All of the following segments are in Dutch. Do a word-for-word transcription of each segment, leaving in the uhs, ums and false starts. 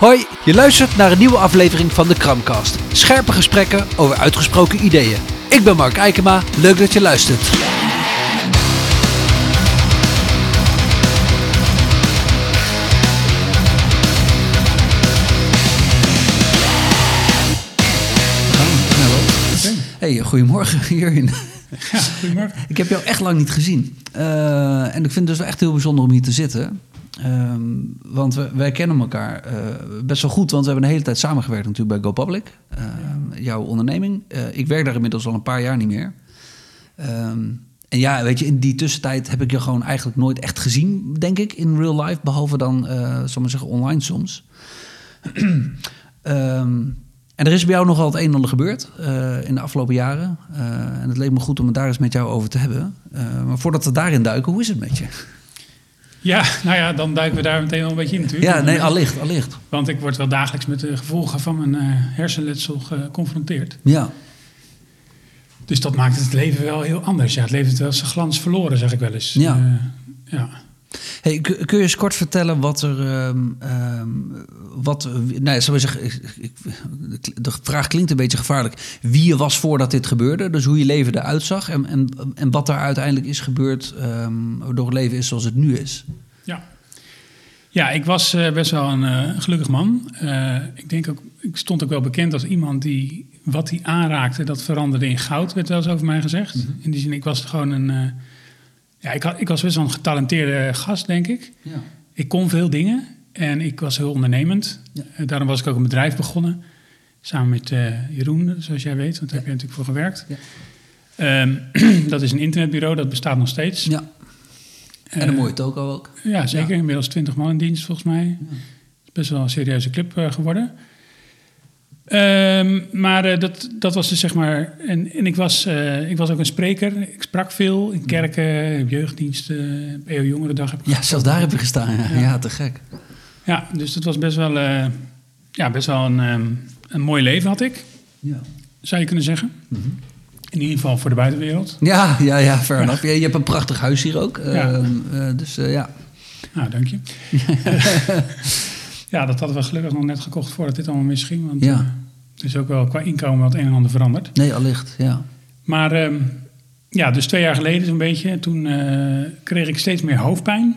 Hoi, je luistert naar een nieuwe aflevering van de Kramcast. Scherpe gesprekken over uitgesproken ideeën. Ik ben Mark Eikema, leuk dat je luistert. Hey, goedemorgen hierin. Ja, goedemorgen. Ik heb jou echt lang niet gezien. Uh, en ik vind het dus wel echt heel bijzonder om hier te zitten. Um, want we, wij kennen elkaar uh, best wel goed, want we hebben een hele tijd samengewerkt natuurlijk bij GoPublic. Uh, ja. Jouw onderneming. Uh, ik werk daar inmiddels al een paar jaar niet meer. Um, en ja, weet je, in die tussentijd heb ik je gewoon eigenlijk nooit echt gezien, denk ik, in real life. Behalve dan, uh, zal maar zeggen, online soms. um, En er is bij jou nogal het een en ander gebeurd uh, in de afgelopen jaren. Uh, en het leek me goed om het daar eens met jou over te hebben. Uh, maar voordat we daarin duiken, hoe is het met je? Ja, nou ja, dan duiken we daar meteen wel een beetje in natuurlijk. Ja, nee, allicht, allicht. Want ik word wel dagelijks met de gevolgen van mijn uh, hersenletsel geconfronteerd. Ja. Dus dat maakt het leven wel heel anders. Ja, het leven heeft wel zijn glans verloren, zeg ik wel eens. Ja. Uh, ja. Hey, kun je eens kort vertellen wat er... Um, um, wat, nou, zou ik zeggen, ik, ik, de vraag klinkt een beetje gevaarlijk. Wie je was voordat dit gebeurde. Dus hoe je leven eruit zag. En, en, en wat er uiteindelijk is gebeurd. Um, waardoor het leven is zoals het nu is. Ja, ja ik was uh, best wel een uh, gelukkig man. Uh, ik denk ook, ik stond ook wel bekend als iemand die... wat hij aanraakte, dat veranderde in goud. Werd wel eens over mij gezegd. Mm-hmm. In die zin, ik was gewoon een... Uh, Ja, ik, had, ik was best wel een getalenteerde gast, denk ik. Ja. Ik kon veel dingen en ik was heel ondernemend. Ja. Uh, daarom was ik ook een bedrijf begonnen. Samen met uh, Jeroen, zoals jij weet, want daar ja. heb je natuurlijk voor gewerkt. Ja. Um, dat is een internetbureau, dat bestaat nog steeds. Ja. En een uh, mooie toko ook. Ja, zeker. Ja. Inmiddels twintig man in dienst, volgens mij. Ja. Het is best wel een serieuze club uh, geworden. Um, maar uh, dat, dat was dus zeg maar... En, en ik, was, uh, ik was ook een spreker. Ik sprak veel in kerken, jeugddiensten, P O Jongerendag. Heb ik ja, zelfs daar heb je gestaan. Ja, ja. ja te gek. Ja, dus dat was best wel, uh, ja, best wel een, um, een mooi leven had ik. Ja. Zou je kunnen zeggen. Mm-hmm. In ieder geval voor de buitenwereld. Ja, ja, ja, fair ja. enough. Je, je hebt een prachtig huis hier ook. Uh, ja. Uh, dus uh, ja. Nou, dank je. Ja, dat hadden we gelukkig nog net gekocht voordat dit allemaal misging. Want ja. uh, er is ook wel qua inkomen wat een en ander veranderd. Nee, allicht, ja. Maar um, ja, dus twee jaar geleden zo'n beetje. Toen uh, kreeg ik steeds meer hoofdpijn.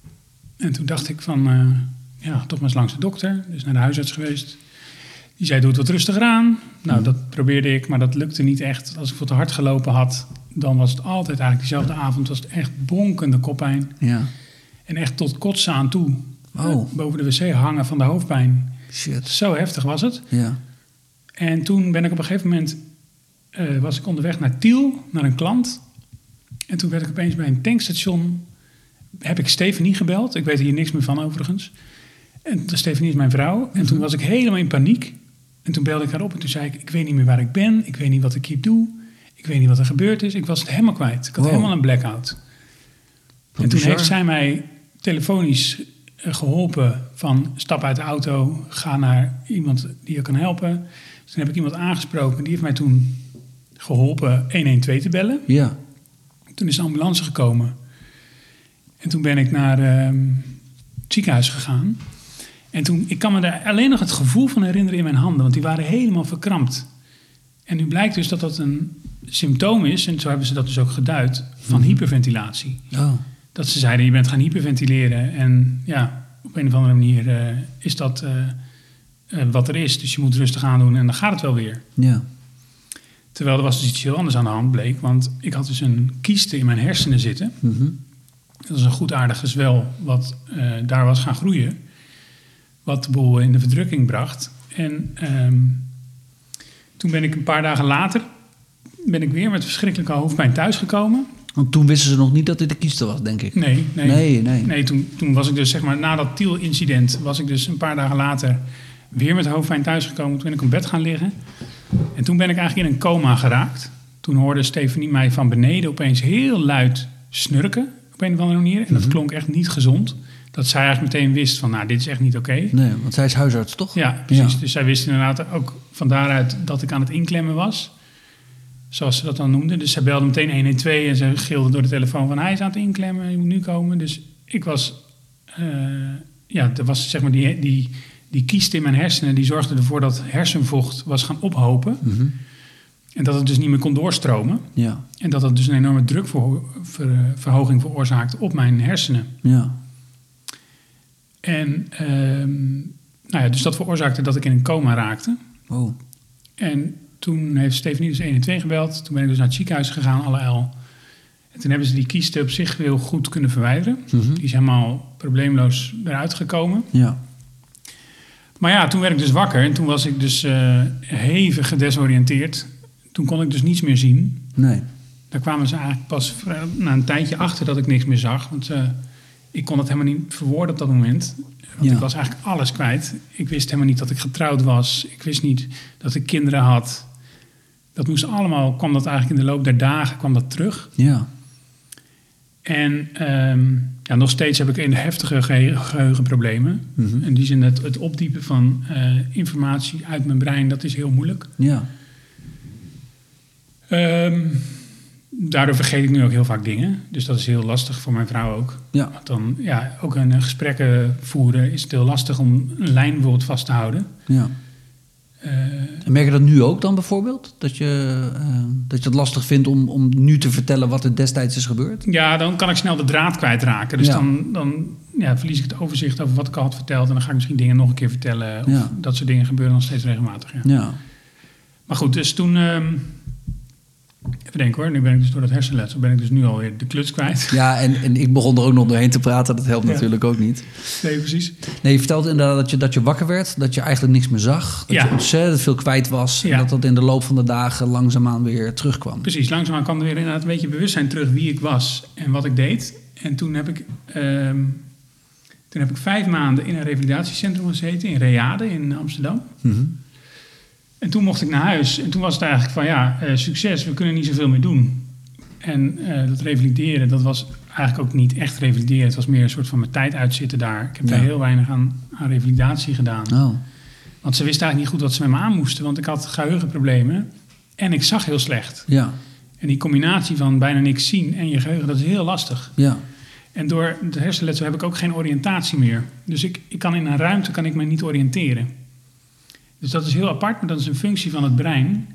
En toen dacht ik van, uh, ja, toch maar eens langs de dokter. Dus naar de huisarts geweest. Die zei, doe het wat rustiger aan. Nou, mm. dat probeerde ik, maar dat lukte niet echt. Als ik wat te hard gelopen had, dan was het altijd eigenlijk diezelfde avond... was het echt bonkende koppijn. Ja. En echt tot kotsen aan toe. Oh. Boven de wc hangen van de hoofdpijn. Shit. Zo heftig was het. Ja. En toen ben ik op een gegeven moment... Uh, was ik onderweg naar Tiel, naar een klant. En toen werd ik opeens bij een tankstation... heb ik Stephanie gebeld. Ik weet hier niks meer van overigens. En Stephanie is mijn vrouw. Mm-hmm. En toen was ik helemaal in paniek. En toen belde ik haar op en toen zei ik... ik weet niet meer waar ik ben. Ik weet niet wat ik hier doe. Ik weet niet wat er gebeurd is. Ik was het helemaal kwijt. Ik had wow. helemaal een blackout. Wat en toen bizar. Heeft zij mij telefonisch... geholpen van stap uit de auto, ga naar iemand die je kan helpen. Dus toen heb ik iemand aangesproken, die heeft mij toen geholpen honderdtwaalf te bellen. Ja. Toen is de ambulance gekomen. En toen ben ik naar um, het ziekenhuis gegaan. En toen, ik kan me daar alleen nog het gevoel van herinneren in mijn handen, want die waren helemaal verkrampt. En nu blijkt dus dat dat een symptoom is, en zo hebben ze dat dus ook geduid, van mm-hmm. hyperventilatie. Oh. Dat ze zeiden, je bent gaan hyperventileren. En ja, op een of andere manier uh, is dat uh, uh, wat er is. Dus je moet rustig aan doen en dan gaat het wel weer. Ja. Terwijl er was dus iets heel anders aan de hand, bleek. Want ik had dus een kieste in mijn hersenen zitten. Mm-hmm. Dat is een goedaardig gezwel wat uh, daar was gaan groeien. Wat de boel in de verdrukking bracht. En um, toen ben ik een paar dagen later... ben ik weer met verschrikkelijke hoofdpijn thuisgekomen... Want toen wisten ze nog niet dat dit de kieste was, denk ik. Nee, nee. nee, nee. nee toen, toen was ik dus, zeg maar, na dat Tiel-incident... was ik dus een paar dagen later weer met hoofdpijn thuisgekomen. Toen ben ik op bed gaan liggen. En toen ben ik eigenlijk in een coma geraakt. Toen hoorde Stephanie mij van beneden opeens heel luid snurken... op een of andere manier. En dat mm-hmm. klonk echt niet gezond. Dat zij eigenlijk meteen wist van, nou, dit is echt niet oké. Okay. Nee, want zij is huisarts, toch? Ja, precies. Ja. Dus zij wist inderdaad ook van daaruit dat ik aan het inklemmen was... Zoals ze dat dan noemden. Dus zij belde meteen honderdtwaalf en ze gilde door de telefoon van... hij is aan het inklemmen, je moet nu komen. Dus ik was... Uh, ja, er was zeg maar die, die, die kiesten in mijn hersenen... die zorgden ervoor dat hersenvocht was gaan ophopen. Mm-hmm. En dat het dus niet meer kon doorstromen. Ja. En dat dat dus een enorme drukverhoging veroorzaakte op mijn hersenen. Ja. En um, nou ja, dus dat veroorzaakte dat ik in een coma raakte. Oh. En toen heeft Stefanie dus honderdtwaalf gebeld. Toen ben ik dus naar het ziekenhuis gegaan, allerijl. En toen hebben ze die kiesten op zich heel goed kunnen verwijderen. Mm-hmm. Die is helemaal probleemloos eruit gekomen. Ja. Maar ja, toen werd ik dus wakker. En toen was ik dus uh, hevig gedesoriënteerd. Toen kon ik dus niets meer zien. Nee. Daar kwamen ze eigenlijk pas na een tijdje achter dat ik niks meer zag. Want uh, ik kon het helemaal niet verwoorden op dat moment. Want ja. ik was eigenlijk alles kwijt. Ik wist helemaal niet dat ik getrouwd was. Ik wist niet dat ik kinderen had. Dat moest allemaal, kwam dat eigenlijk in de loop der dagen kwam dat terug. Ja. En um, ja, nog steeds heb ik een heftige ge- geheugenproblemen. Mm-hmm. In die zin het, het opdiepen van uh, informatie uit mijn brein, dat is heel moeilijk. Ja. Um, daardoor vergeet ik nu ook heel vaak dingen. Dus dat is heel lastig voor mijn vrouw ook. Ja. Want dan, ja, ook een gesprekken voeren is het heel lastig om een lijn bijvoorbeeld vast te houden. Ja. Uh, En merk je dat nu ook dan bijvoorbeeld? Dat je, uh, dat je het lastig vindt om, om nu te vertellen wat er destijds is gebeurd? Ja, dan kan ik snel de draad kwijtraken. Dus ja. dan, dan ja, verlies ik het overzicht over wat ik al had verteld. En dan ga ik misschien dingen nog een keer vertellen. Of Ja. dat soort dingen gebeuren nog steeds regelmatig. Ja. Ja. Maar goed, dus toen... Um, even denken hoor, nu ben ik dus door dat hersenletsel... ben ik dus nu alweer de kluts kwijt. Ja, en, en ik begon er ook nog doorheen te praten. Dat helpt Ja. natuurlijk ook niet. Nee, precies. Nee, je vertelde inderdaad dat je, dat je wakker werd. Dat je eigenlijk niks meer zag. Dat Ja. je ontzettend veel kwijt was. Ja. En dat dat in de loop van de dagen langzaamaan weer terugkwam. Precies, langzaamaan kwam er weer inderdaad een beetje bewustzijn terug... wie ik was en wat ik deed. En toen heb ik... Um, toen heb ik vijf maanden in een revalidatiecentrum gezeten... in Reade in Amsterdam. Mm-hmm. En toen mocht ik naar huis. En toen was het eigenlijk van, ja, uh, succes, we kunnen niet zoveel meer doen. En uh, dat revalideren, dat was eigenlijk ook niet echt revalideren. Het was meer een soort van mijn tijd uitzitten daar. Ik heb Ja. daar heel weinig aan, aan revalidatie gedaan. Oh. Want ze wisten eigenlijk niet goed wat ze met me aan moesten. Want ik had geheugenproblemen en ik zag heel slecht. Ja. En die combinatie van bijna niks zien en je geheugen, dat is heel lastig. Ja. En door het hersenletsel heb ik ook geen oriëntatie meer. Dus ik, ik kan in een ruimte kan ik me niet oriënteren. Dus dat is heel apart, maar dat is een functie van het brein.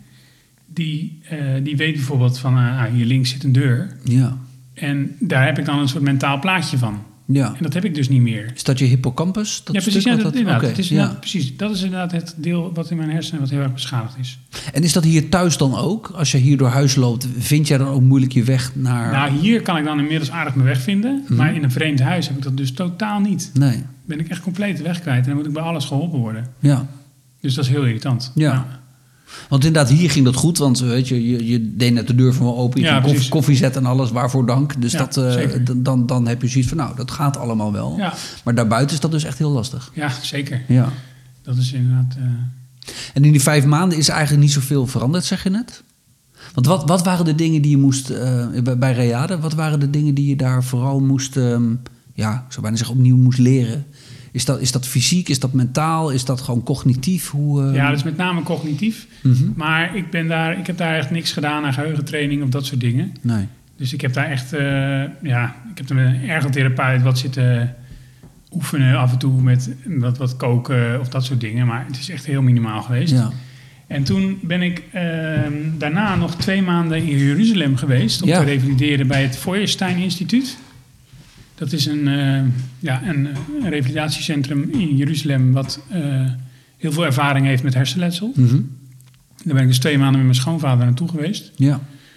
Die, uh, die weet bijvoorbeeld van, uh, hier links zit een deur. Ja. En daar heb ik dan een soort mentaal plaatje van. Ja. En dat heb ik dus niet meer. Is dat je hippocampus? Dat ja, precies. stuk Ja, wat dat, dat, inderdaad, okay, het is ja. inderdaad, precies. Dat is inderdaad het deel wat in mijn hersenen wat heel erg beschadigd is. En is dat hier thuis dan ook? Als je hier door huis loopt, vind jij dan ook moeilijk je weg naar... Nou, hier kan ik dan inmiddels aardig mijn weg vinden. Mm-hmm. Maar in een vreemd huis heb ik dat dus totaal niet. Nee. Ben ik echt compleet de weg kwijt. En dan moet ik bij alles geholpen worden. Ja. Dus dat is heel irritant. Ja. ja. Want inderdaad, hier ging dat goed. Want weet je, je, je deed net de deur van me open. Je Ja, ging koffie, precies. koffie zetten en alles. Waarvoor dank. Dus Ja, dat, uh, zeker. d- dan, dan heb je zoiets van, nou, dat gaat allemaal wel. Ja. Maar daarbuiten is dat dus echt heel lastig. Ja, zeker. Ja. Dat is inderdaad... Uh... En in die vijf maanden is eigenlijk niet zoveel veranderd, zeg je net? Want wat, wat waren de dingen die je moest... Uh, bij, bij Reade, wat waren de dingen die je daar vooral moest... Um, ja, ik zou bijna zeggen opnieuw moest leren? Is dat, is dat fysiek? Is dat mentaal? Is dat gewoon cognitief? Hoe, uh... Ja, dat is met name cognitief. Mm-hmm. Maar ik, ben daar, ik heb daar echt niks gedaan aan geheugentraining of dat soort dingen. Nee. Dus ik heb daar echt... Uh, ja, ik heb er met een ergotherapeut wat zitten oefenen af en toe met wat, wat koken of dat soort dingen. Maar het is echt heel minimaal geweest. Ja. En toen ben ik uh, daarna nog twee maanden in Jeruzalem geweest... om Ja. te revalideren bij het Feuerstein Instituut. Dat is een, uh, ja, een, een revalidatiecentrum in Jeruzalem... wat uh, heel veel ervaring heeft met hersenletsel. Mm-hmm. Daar ben ik dus twee maanden met mijn schoonvader naartoe geweest. Ja.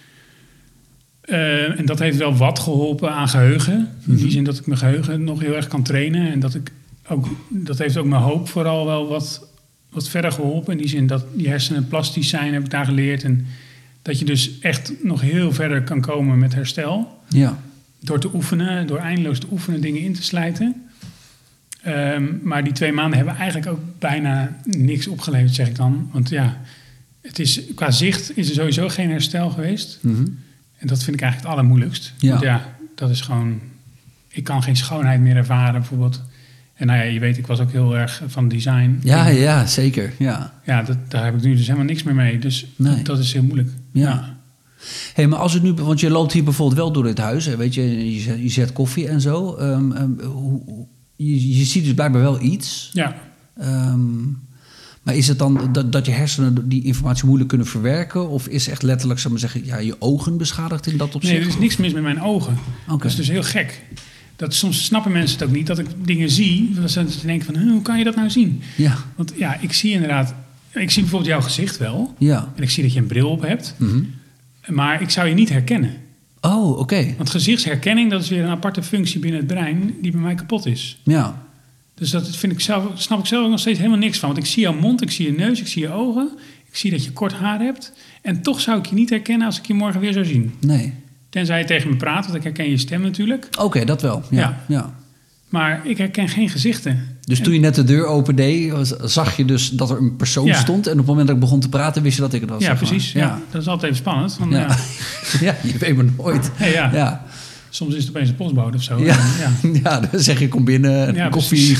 Uh, en dat heeft wel wat geholpen aan geheugen. Mm-hmm. In die zin dat ik mijn geheugen nog heel erg kan trainen. En dat, ik ook, dat heeft ook mijn hoop vooral wel wat, wat verder geholpen. In die zin dat die hersenen plastisch zijn, heb ik daar geleerd. En dat je dus echt nog heel verder kan komen met herstel. Ja. Door te oefenen, door eindeloos te oefenen, dingen in te slijten. Um, maar die twee maanden hebben eigenlijk ook bijna niks opgeleverd, zeg ik dan. Want ja, het is, qua zicht is er sowieso geen herstel geweest. Mm-hmm. En dat vind ik eigenlijk het allermoeilijkst. Ja. Want ja, dat is gewoon... Ik kan geen schoonheid meer ervaren, bijvoorbeeld. En nou ja, je weet, ik was ook heel erg van design. Ja, en, ja, zeker. Ja. Ja, dat, daar heb ik nu dus helemaal niks meer mee. Dus Nee. dat, dat is heel moeilijk. Ja. Ja. Hey, maar als het nu, want je loopt hier bijvoorbeeld wel door dit huis, hè, weet je, je zet, je zet koffie en zo. Um, um, hoe, je, je ziet dus blijkbaar wel iets. Ja. Um, maar is het dan dat, dat je hersenen die informatie moeilijk kunnen verwerken? Of is echt letterlijk, zou ik maar zeggen, ja, je ogen beschadigd in dat opzicht? Nee, er is niks mis met mijn ogen. Okay. Dat is dus heel gek. Dat, soms snappen mensen het ook niet, dat ik dingen zie. Dat ze denken van, hoe kan je dat nou zien? Ja. Want ja, ik zie inderdaad... Ik zie bijvoorbeeld jouw gezicht wel. Ja. En ik zie dat je een bril op hebt. Mm-hmm. Maar ik zou je niet herkennen. Oh, oké. Okay. Want gezichtsherkenning, dat is weer een aparte functie binnen het brein die bij mij kapot is. Ja. Dus dat vind ik zelf, snap ik zelf ook nog steeds helemaal niks van. Want ik zie jouw mond, ik zie je neus, ik zie je ogen. Ik zie dat je kort haar hebt. En toch zou ik je niet herkennen als ik je morgen weer zou zien. Nee. Tenzij je tegen me praat, want ik herken je stem natuurlijk. Oké, okay, dat wel. Ja. Ja. ja. Maar ik herken geen gezichten. Dus toen je net de deur opendeed, zag je dus dat er een persoon ja. stond. En op het moment dat ik begon te praten, wist je dat ik het was. Ja, zeg maar. precies. Ja. Ja. Dat is altijd even spannend. Want, ja. Ja. ja, je weet maar nooit. Hey, ja. ja. Soms is het opeens een postbode of zo. Ja, en, ja. ja dan zeg je kom binnen, ja, koffie.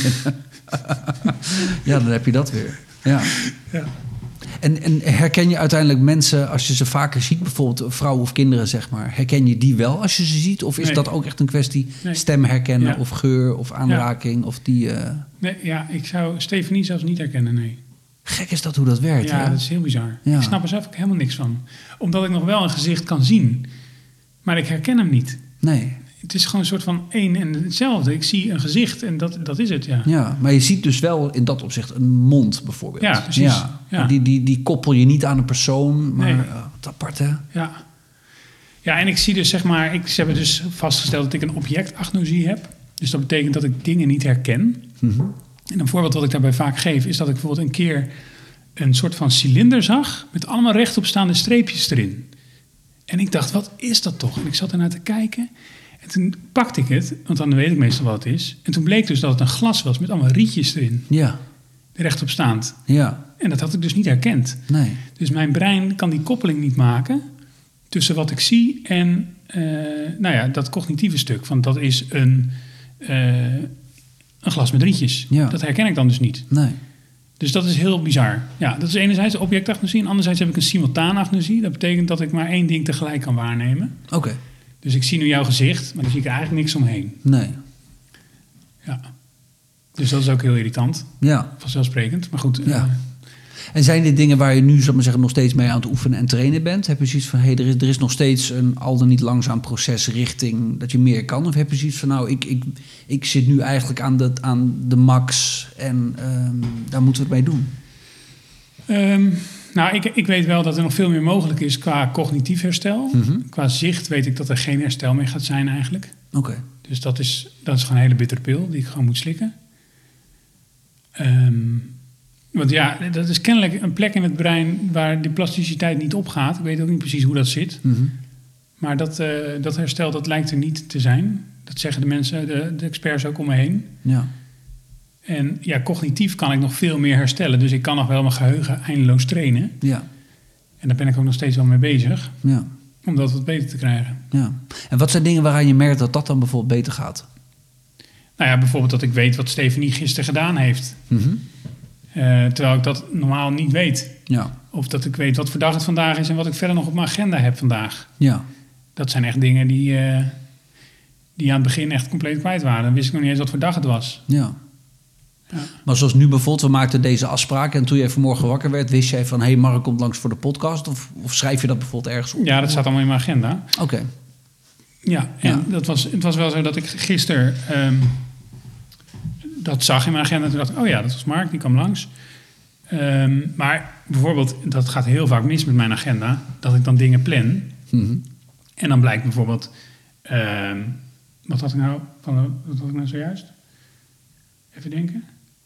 Ja, dan heb je dat weer. Ja. Ja. En, en herken je uiteindelijk mensen, als je ze vaker ziet, bijvoorbeeld vrouwen of kinderen, zeg maar, herken je die wel als je ze ziet? Of is nee. dat ook echt een kwestie nee. stem herkennen ja. of geur of aanraking? Ja. Of die, uh... Nee, ja, ik zou Stefanie zelfs niet herkennen, nee. Gek is dat hoe dat werkt, Ja, hè? dat is heel bizar. Ja. Ik snap er zelf ook helemaal niks van. Omdat ik nog wel een gezicht kan zien, maar ik herken hem niet. Nee. Het is gewoon een soort van één en hetzelfde. Ik zie een gezicht en dat, dat is het, ja. Ja, maar je ziet dus wel in dat opzicht een mond bijvoorbeeld. Ja, precies. Ja. Ja. Die, die, die koppel je niet aan een persoon, maar nee. uh, wat apart, hè? Ja. Ja, en ik zie dus, zeg maar... Ik, ze hebben dus vastgesteld dat ik een objectagnosie heb. Dus dat betekent dat ik dingen niet herken. Mm-hmm. En een voorbeeld wat ik daarbij vaak geef... is dat ik bijvoorbeeld een keer een soort van cilinder zag... met allemaal rechtopstaande streepjes erin. En ik dacht, wat is dat toch? En ik zat ernaar te kijken... En toen pakte ik het, want dan weet ik meestal wat het is. En toen bleek dus dat het een glas was met allemaal rietjes erin. Ja. Rechtop staand. Ja. En dat had ik dus niet herkend. Nee. Dus mijn brein kan die koppeling niet maken tussen wat ik zie en uh, nou ja, dat cognitieve stuk. Want dat is een, uh, een glas met rietjes. Ja. Dat herken ik dan dus niet. Nee. Dus dat is heel bizar. Ja, dat is enerzijds objectagnosie en anderzijds heb ik een simultaanagnosie. Dat betekent dat ik maar één ding tegelijk kan waarnemen. Oké. Okay. Dus ik zie nu jouw gezicht, maar dan zie ik er eigenlijk niks omheen. Nee. Ja. Dus dat is ook heel irritant. Ja. Vanzelfsprekend, maar goed. Ja. Uh, en zijn dit dingen waar je nu, zal ik maar zeggen, nog steeds mee aan het oefenen en trainen bent? Heb je zoiets van, hé, hey, er, is, er is nog steeds een al dan niet langzaam proces richting dat je meer kan? Of heb je zoiets van, nou, ik, ik, ik zit nu eigenlijk aan de, aan de max en um, daar moeten we het mee doen? Um, nou, ik, ik weet wel dat er nog veel meer mogelijk is qua cognitief herstel. Mm-hmm. Qua zicht weet ik dat er geen herstel meer gaat zijn eigenlijk. Oké. Okay. Dus dat is, dat is gewoon een hele bittere pil die ik gewoon moet slikken. Um, want ja, dat is kennelijk een plek in het brein waar die plasticiteit niet opgaat. Ik weet ook niet precies hoe dat zit. Mm-hmm. Maar dat, uh, dat herstel, dat lijkt er niet te zijn. Dat zeggen de mensen, de, de experts ook om me heen. Ja. En ja, cognitief kan ik nog veel meer herstellen. Dus ik kan nog wel mijn geheugen eindeloos trainen. Ja. En daar ben ik ook nog steeds wel mee bezig. Ja. Om dat wat beter te krijgen. Ja. En wat zijn dingen waaraan je merkt dat dat dan bijvoorbeeld beter gaat? Nou ja, bijvoorbeeld dat ik weet wat Stefanie gisteren gedaan heeft. Mm-hmm. Uh, terwijl ik dat normaal niet weet. Ja. Of dat ik weet wat voor dag het vandaag is en wat ik verder nog op mijn agenda heb vandaag. Ja. Dat zijn echt dingen die, uh, die aan het begin echt compleet kwijt waren. Dan wist ik nog niet eens wat voor dag het was. Ja. Ja. Maar zoals nu bijvoorbeeld, we maakten deze afspraak en toen je vanmorgen wakker werd, wist jij van, hé, hey, Mark komt langs voor de podcast? Of, of schrijf je dat bijvoorbeeld ergens op? Ja, dat staat allemaal in mijn agenda. Oké. Okay. Ja, en ja. Dat was, het was wel zo dat ik gisteren um, dat zag in mijn agenda. En toen dacht ik, oh ja, dat was Mark, die kwam langs. Um, maar bijvoorbeeld, dat gaat heel vaak mis met mijn agenda, dat ik dan dingen plan. Mm-hmm. En dan blijkt bijvoorbeeld, um, wat had ik nou, van, wat had ik nou zojuist? Even denken.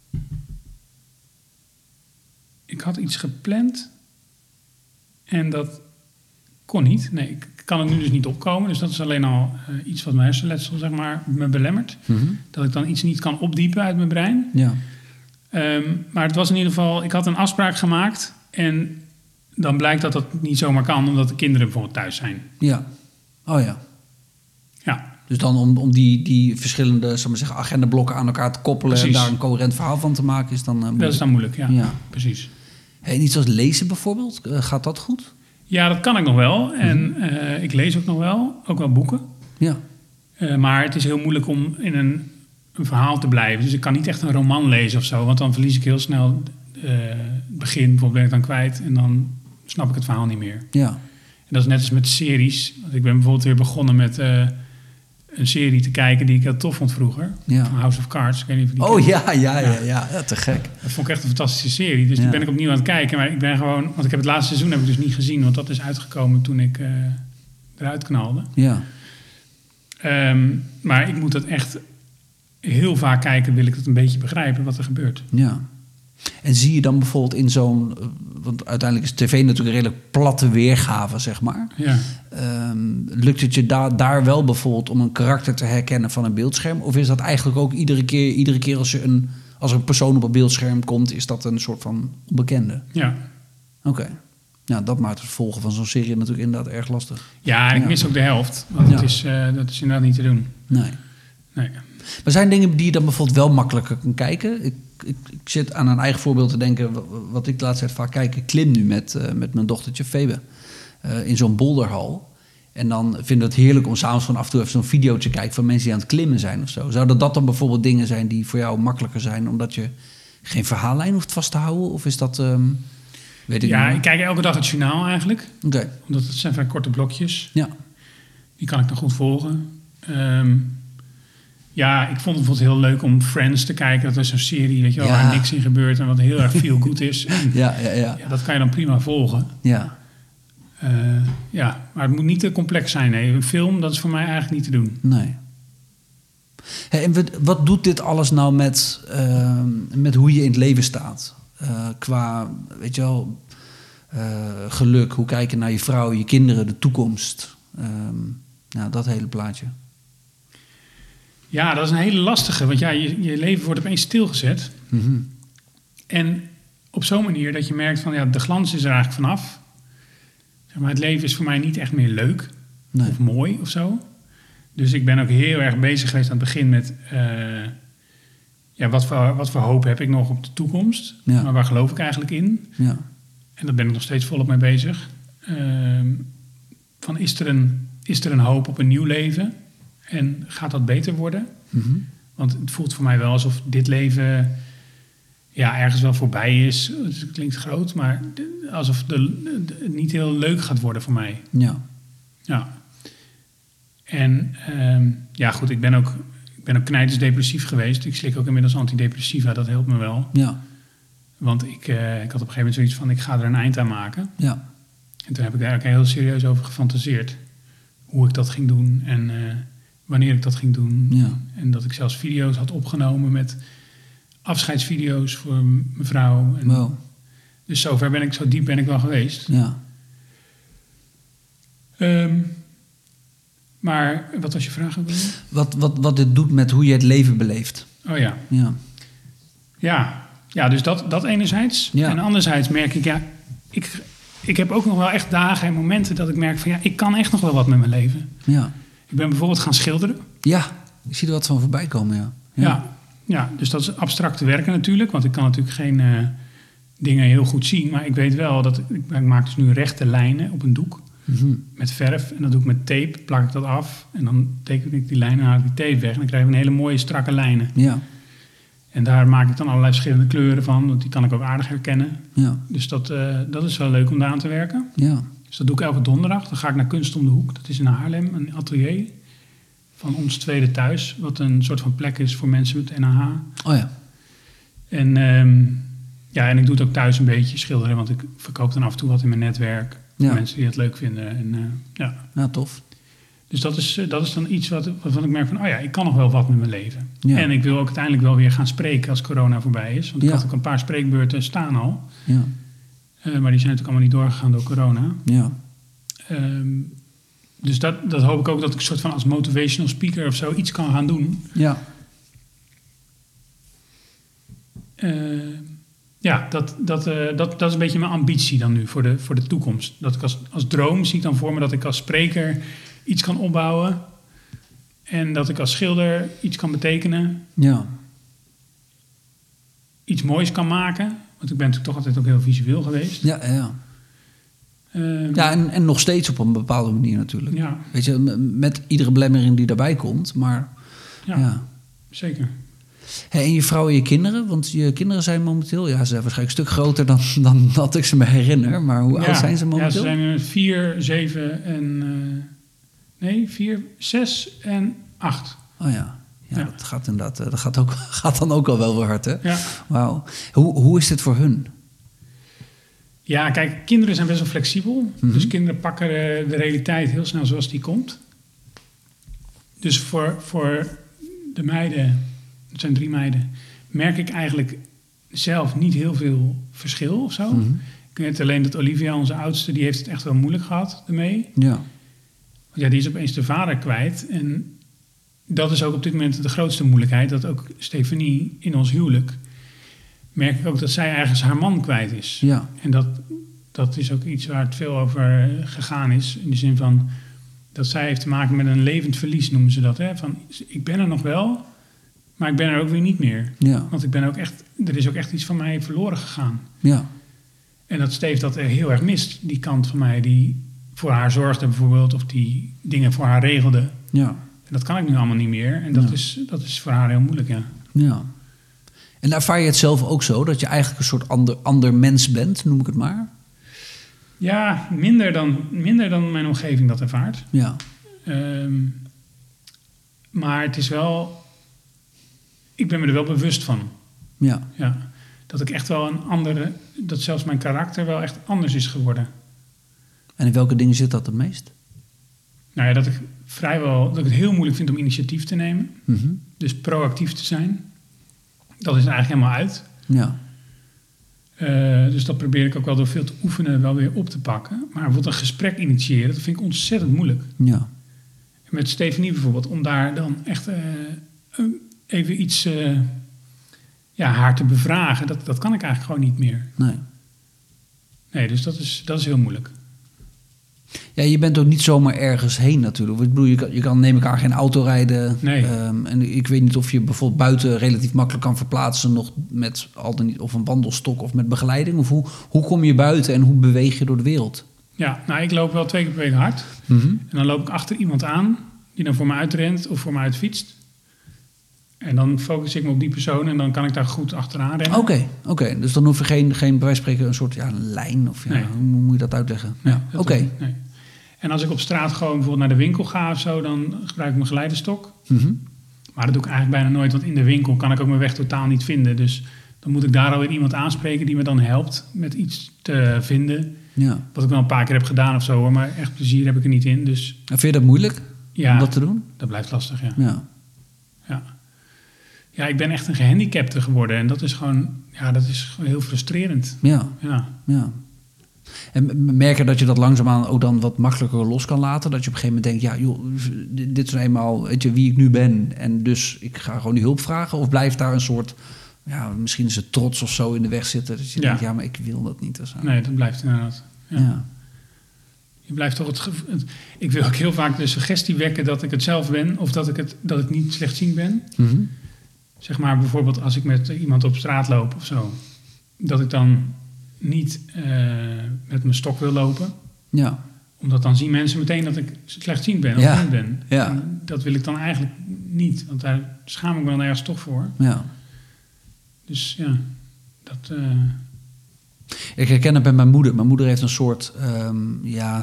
Ik had iets gepland en dat kon niet. Nee, ik kan het nu dus niet opkomen. Dus dat is alleen al uh, iets wat mijn hersenletsel, zeg maar, me belemmert. Mm-hmm. Dat ik dan iets niet kan opdiepen uit mijn brein. Ja. Um, maar het was in ieder geval, ik had een afspraak gemaakt en dan blijkt dat dat niet zomaar kan, omdat de kinderen bijvoorbeeld thuis zijn. Ja. Oh ja. Ja. Dus dan om, om die, die verschillende, zal maar zeggen, agendablokken aan elkaar te koppelen Precies. en daar een coherent verhaal van te maken, is dan uh, moeilijk. Dat is dan moeilijk, ja. ja. Precies. Hey, en iets als lezen bijvoorbeeld, uh, gaat dat goed? Ja, dat kan ik nog wel. En uh, ik lees ook nog wel, ook wel boeken. Ja. Uh, maar het is heel moeilijk om in een een verhaal te blijven. Dus ik kan niet echt een roman lezen of zo. Want dan verlies ik heel snel uh, het begin. Bijvoorbeeld ben ik dan kwijt. En dan snap ik het verhaal niet meer. Ja. En dat is net als met series. Want ik ben bijvoorbeeld weer begonnen met uh, een serie te kijken die ik heel tof vond vroeger. Ja. Van House of Cards. Ik weet niet of je die Oh kent. ja, ja, ja, ja, ja, te gek. Dat vond ik echt een fantastische serie. Dus Ja. die ben ik opnieuw aan het kijken. Maar ik ben gewoon... Want ik heb het laatste seizoen heb ik dus niet gezien. Want dat is uitgekomen toen ik uh, eruit knalde. Ja. Um, maar ik moet dat echt heel vaak kijken, wil ik het een beetje begrijpen wat er gebeurt. Ja. En zie je dan bijvoorbeeld in zo'n... Want uiteindelijk is tv natuurlijk een redelijk platte weergave, zeg maar. Ja. Um, lukt het je da- daar wel bijvoorbeeld om een karakter te herkennen van een beeldscherm? Of is dat eigenlijk ook iedere keer, iedere keer als, je een, als er een persoon op een beeldscherm komt, is dat een soort van onbekende? Ja. Oké. Okay. Nou, dat maakt het volgen van zo'n serie natuurlijk inderdaad erg lastig. Ja, en ik Ja. mis ook de helft. Want Ja. dat, is, uh, dat is inderdaad niet te doen. Nee. Nee. Maar zijn dingen die je dan bijvoorbeeld wel makkelijker kan kijken? Ik, ik, ik zit aan een eigen voorbeeld te denken, wat ik de laatste tijd vaak kijk. Ik klim nu met, uh, met mijn dochtertje Febe uh, in zo'n boulderhal. En dan vinden we het heerlijk om s'avonds van af en toe even zo'n video te kijken van mensen die aan het klimmen zijn of zo. Zouden dat dan bijvoorbeeld dingen zijn die voor jou makkelijker zijn, omdat je geen verhaallijn hoeft vast te houden? Of is dat... Um, weet ik ja, niet. ik kijk elke dag het journaal eigenlijk. Oké. Okay. Omdat het zijn vrij korte blokjes. Ja. Die kan ik dan goed volgen. Um, ja, ik vond het bijvoorbeeld heel leuk om Friends te kijken. Dat is zo'n serie, weet je wel, Ja. waar niks in gebeurt en wat heel erg feel good is. En, Ja, ja, ja. ja, dat kan je dan prima volgen. Ja. Uh, ja, maar het moet niet te complex zijn. Nee. Een film, dat is voor mij eigenlijk niet te doen. Nee. Hey, en wat, wat doet dit alles nou met, uh, met hoe je in het leven staat? Uh, qua, weet je wel, uh, geluk, hoe kijken naar je vrouw, je kinderen, de toekomst. Um, nou, dat hele plaatje. Ja, dat is een hele lastige. Want ja, je, je leven wordt opeens stilgezet. Mm-hmm. En op zo'n manier dat je merkt van, ja, de glans is er eigenlijk vanaf. Zeg maar, het leven is voor mij niet echt meer leuk. Nee. Of mooi of zo. Dus ik ben ook heel erg bezig geweest aan het begin met... Uh, ja, wat voor, wat voor hoop heb ik nog op de toekomst? Ja. Maar waar geloof ik eigenlijk in? Ja. En daar ben ik nog steeds volop mee bezig. Uh, van is er, een, is er een hoop op een nieuw leven? En gaat dat beter worden? Mm-hmm. Want het voelt voor mij wel alsof dit leven... ja, ergens wel voorbij is. Het klinkt groot, maar alsof de, de, het niet heel leuk gaat worden voor mij. Ja. Ja. En um, ja, goed, ik ben ook, ik ben ook knijtersdepressief geweest. Ik slik ook inmiddels antidepressiva, dat helpt me wel. Ja. Want ik, uh, ik had op een gegeven moment zoiets van, ik ga er een eind aan maken. Ja. En toen heb ik daar ook heel serieus over gefantaseerd. Hoe ik dat ging doen en uh, wanneer ik dat ging doen. Ja. En dat ik zelfs video's had opgenomen met afscheidsvideo's voor mijn vrouw. En wow. Dus zover ben ik, zo diep ben ik wel geweest. Ja. Um, maar wat was je vraag ook weer? Wat, wat, wat dit doet met hoe je het leven beleeft. Oh ja. Ja. Ja, ja dus dat, dat enerzijds. Ja. En anderzijds merk ik, ja, ik, ik heb ook nog wel echt dagen en momenten dat ik merk van, ja, ik kan echt nog wel wat met mijn leven. Ja. Ik ben bijvoorbeeld gaan schilderen. Ja, ik zie er wat van voorbij komen, ja. Ja, ja, ja, dus dat is abstracte werken natuurlijk, want ik kan natuurlijk geen uh, dingen heel goed zien. Maar ik weet wel dat, ik, ik maak dus nu rechte lijnen op een doek. Mm-hmm. Met verf. En dat doe ik met tape, plak ik dat af. En dan teken ik die lijnen en haal ik die tape weg. En dan krijg je een hele mooie strakke lijnen. Ja. En daar maak ik dan allerlei verschillende kleuren van. Want die kan ik ook aardig herkennen. Ja. Dus dat, uh, dat is wel leuk om daar aan te werken. Ja. Dus dat doe ik elke donderdag. Dan ga ik naar Kunst om de Hoek. Dat is in Haarlem, een atelier van Ons Tweede Thuis. Wat een soort van plek is voor mensen met N A H. Oh ja. En, um, ja, en ik doe het ook thuis een beetje schilderen. Want ik verkoop dan af en toe wat in mijn netwerk. Ja. Mensen die het leuk vinden. En, uh, ja. ja, tof. Dus dat is, uh, dat is dan iets wat, wat ik merk van... oh ja, ik kan nog wel wat met mijn leven. Ja. En ik wil ook uiteindelijk wel weer gaan spreken als corona voorbij is. Want ik ja. had ook een paar spreekbeurten staan al. Ja. Uh, maar die zijn natuurlijk allemaal niet doorgegaan door corona. Ja. Um, dus dat, dat hoop ik ook dat ik een soort van als motivational speaker of zo iets kan gaan doen. Ja. Uh, Ja, dat, dat, uh, dat, dat is een beetje mijn ambitie dan nu voor de, voor de toekomst. Dat ik als, als droom zie ik dan voor me dat ik als spreker iets kan opbouwen. En dat ik als schilder iets kan betekenen. Ja. Iets moois kan maken. Want ik ben natuurlijk toch altijd ook heel visueel geweest. Ja, ja. Uh, ja, en, en nog steeds op een bepaalde manier natuurlijk. Ja. Weet je, met iedere belemmering die daarbij komt. Maar ja. ja. Zeker. Hey, en je vrouw en je kinderen? Want je kinderen zijn momenteel... Ja, ze zijn waarschijnlijk een stuk groter dan, dan dat ik ze me herinner. Maar hoe Ja, oud zijn ze momenteel? Ja, ze zijn er vier, zeven en... Uh, nee, vier, zes en acht. Oh ja. Ja, Ja. dat gaat inderdaad... Dat gaat, ook, gaat dan ook al wel weer hard, hè? Ja. Wauw. Hoe, hoe is dit voor hun? Ja, kijk, kinderen zijn best wel flexibel. Mm-hmm. Dus kinderen pakken de, de realiteit heel snel zoals die komt. Dus voor, voor de meiden, het zijn drie meiden, merk ik eigenlijk zelf niet heel veel verschil of zo. Mm-hmm. Ik weet alleen dat Olivia, onze oudste, die heeft het echt wel moeilijk gehad ermee. Ja. Want ja, die is opeens de vader kwijt. En dat is ook op dit moment de grootste moeilijkheid. Dat ook Stefanie in ons huwelijk, merk ik ook dat zij ergens haar man kwijt is. Ja. En dat, dat is ook iets waar het veel over gegaan is. In de zin van dat zij heeft te maken met een levend verlies, noemen ze dat. Hè? Van, ik ben er nog wel, maar ik ben er ook weer niet meer. Ja. Want ik ben ook echt, er is ook echt iets van mij verloren gegaan. Ja. En dat Steve dat heel erg mist. Die kant van mij die voor haar zorgde bijvoorbeeld. Of die dingen voor haar regelde. Ja. En dat kan ik nu allemaal niet meer. En dat, Ja. is, dat is voor haar heel moeilijk, ja. Ja. En ervaar je het zelf ook zo? Dat je eigenlijk een soort ander, ander mens bent, noem ik het maar? Ja, minder dan, minder dan mijn omgeving dat ervaart. Ja. Um, maar het is wel... Ik ben me er wel bewust van. Ja. Ja. Dat ik echt wel een andere... Dat zelfs mijn karakter wel echt anders is geworden. En in welke dingen zit dat het meest? Nou ja, dat ik vrijwel... Dat ik het heel moeilijk vind om initiatief te nemen. Mm-hmm. Dus proactief te zijn. Dat is er eigenlijk helemaal uit. Ja. Uh, dus dat probeer ik ook wel door veel te oefenen wel weer op te pakken. Maar bijvoorbeeld een gesprek initiëren, dat vind ik ontzettend moeilijk. Ja. Met Stefanie bijvoorbeeld, om daar dan echt uh, even iets... Uh, ja, haar te bevragen, dat, dat kan ik eigenlijk gewoon niet meer. Nee. Nee, dus dat is, dat is heel moeilijk. Ja, je bent ook niet zomaar ergens heen natuurlijk. Ik bedoel, je kan, je kan neem ik aan geen auto rijden. Nee. Um, en ik weet niet of je bijvoorbeeld buiten relatief makkelijk kan verplaatsen... nog met al dan niet, of een wandelstok of met begeleiding. Of hoe, hoe kom je buiten en hoe beweeg je door de wereld? Ja, nou, ik loop wel twee keer per week hard. Mm-hmm. En dan loop ik achter iemand aan die dan voor me uitrent of voor me uitfietst. En dan focus ik me op die persoon en dan kan ik daar goed achteraan rennen. Oké, okay, okay. Dus dan hoef je geen, geen bij wijze van spreken een soort ja, een lijn of ja, Nee. hoe moet je dat uitleggen? Nee, Ja, dat oké. doe ik niet, nee. En als ik op straat gewoon bijvoorbeeld naar de winkel ga of zo, dan gebruik ik mijn geleidestok. Mm-hmm. Maar dat doe ik eigenlijk bijna nooit, want in de winkel kan ik ook mijn weg totaal niet vinden. Dus dan moet ik daar alweer iemand aanspreken die me dan helpt met iets te vinden. Ja. Wat ik wel een paar keer heb gedaan of zo hoor, maar echt plezier heb ik er niet in. Dus En vind je dat moeilijk ja, om dat te doen? dat blijft lastig, ja. Ja. Ja. Ja, ik ben echt een gehandicapte geworden en dat is gewoon, ja, dat is gewoon heel frustrerend. Ja. Ja. Ja. En merken dat je dat langzaamaan ook dan wat makkelijker los kan laten? Dat je op een gegeven moment denkt, ja, joh, dit is nou eenmaal weet je, wie ik nu ben. En dus ik ga gewoon die hulp vragen. Of blijft daar een soort, ja, misschien is het trots of zo in de weg zitten. Dat je Ja. denkt, ja, maar ik wil dat niet. Of zo. Nee, dat blijft inderdaad. Ja. Ja. Je blijft toch het, gev- het... Ik wil ook heel vaak de suggestie wekken dat ik het zelf ben. Of dat ik, het, dat ik niet slechtziend ben. Mm-hmm. Zeg maar bijvoorbeeld als ik met iemand op straat loop of zo. Dat ik dan niet uh, met mijn stok wil lopen. Ja. Omdat dan zien mensen meteen dat ik slechtziend ben of Ja. blind ben. Ja. En dat wil ik dan eigenlijk niet. Want daar schaam ik me dan ergens toch voor. Ja. Dus ja, dat... Uh... Ik herken het bij mijn moeder. Mijn moeder heeft een soort um, ja,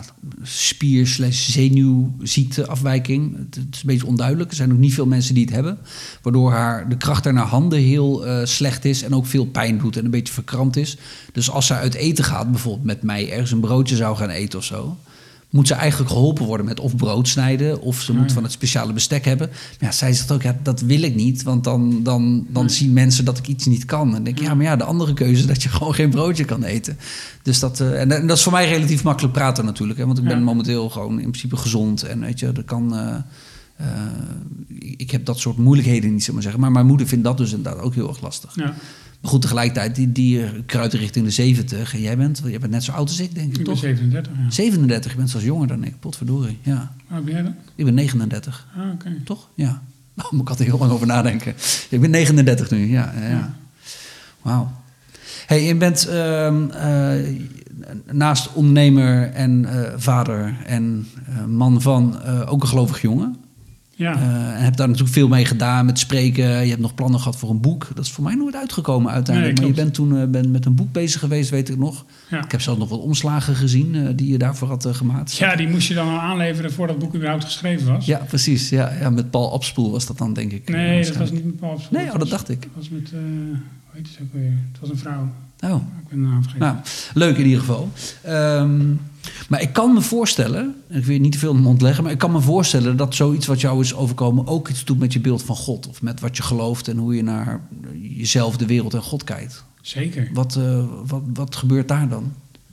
spier-slash-zenuwziekteafwijking. Het, het is een beetje onduidelijk. Er zijn ook niet veel mensen die het hebben. Waardoor haar, de kracht naar haar handen heel uh, slecht is en ook veel pijn doet en een beetje verkrampt is. Dus als zij uit eten gaat, bijvoorbeeld met mij ergens een broodje zou gaan eten of zo, moet ze eigenlijk geholpen worden met of brood snijden of ze Oh, moet ja. van het speciale bestek hebben. Maar ja, zij zegt ook, ja, dat wil ik niet, want dan, dan, dan Nee. zien mensen dat ik iets niet kan. En dan denk ik, Ja. ja, maar ja, de andere keuze is dat je gewoon geen broodje kan eten. Dus dat, uh, en, en dat is voor mij relatief makkelijk praten natuurlijk, hè, want ik ben Ja. momenteel gewoon in principe gezond en weet je, dat kan... Uh, uh, ik heb dat soort moeilijkheden niet, zeg maar zeggen. Maar mijn moeder vindt dat dus inderdaad ook heel erg lastig. Ja. Maar goed, tegelijkertijd, die, die kruidt richting de zeventig. En jij bent, jij bent net zo oud als ik, denk ik, Ik ben toch? zevenendertig, ja. zevenendertig, je bent zelfs jonger dan ik. Potverdorie, ja. Hoe ben jij dan? Ik ben negenendertig, Ah, oké. Okay. toch? Ja. Daar moet ik altijd heel lang over nadenken. Ik ben negenendertig nu, ja. ja, ja. Ja. Wauw. Hey, je bent uh, uh, naast ondernemer en uh, vader en uh, man van uh, ook een gelovig jongen. Ja. Uh, en heb daar natuurlijk veel mee gedaan met spreken. Je hebt nog plannen gehad voor een boek. Dat is voor mij nooit uitgekomen uiteindelijk. Nee, maar je bent toen uh, ben met een boek bezig geweest, weet ik nog. Ja. Ik heb zelfs nog wat omslagen gezien uh, die je daarvoor had uh, gemaakt. Ja, die moest je dan al aanleveren voordat het boek überhaupt geschreven was. Ja, precies. Ja, ja, met Paul Abspoel was dat dan, denk ik. Nee, dat was niet met Paul Abspoel. Nee, oh, dat dacht ik. Dat was met, uh, hoe heet het ook weer? Het was een vrouw. Oh. Ik ben de naam vergeten. Nou, leuk in ieder geval. Um, maar ik kan me voorstellen, ik wil je niet te veel in de mond leggen, maar ik kan me voorstellen dat zoiets wat jou is overkomen ook iets doet met je beeld van God. Of met wat je gelooft en hoe je naar jezelf, de wereld en God kijkt. Zeker. Wat, uh, wat, wat gebeurt daar dan?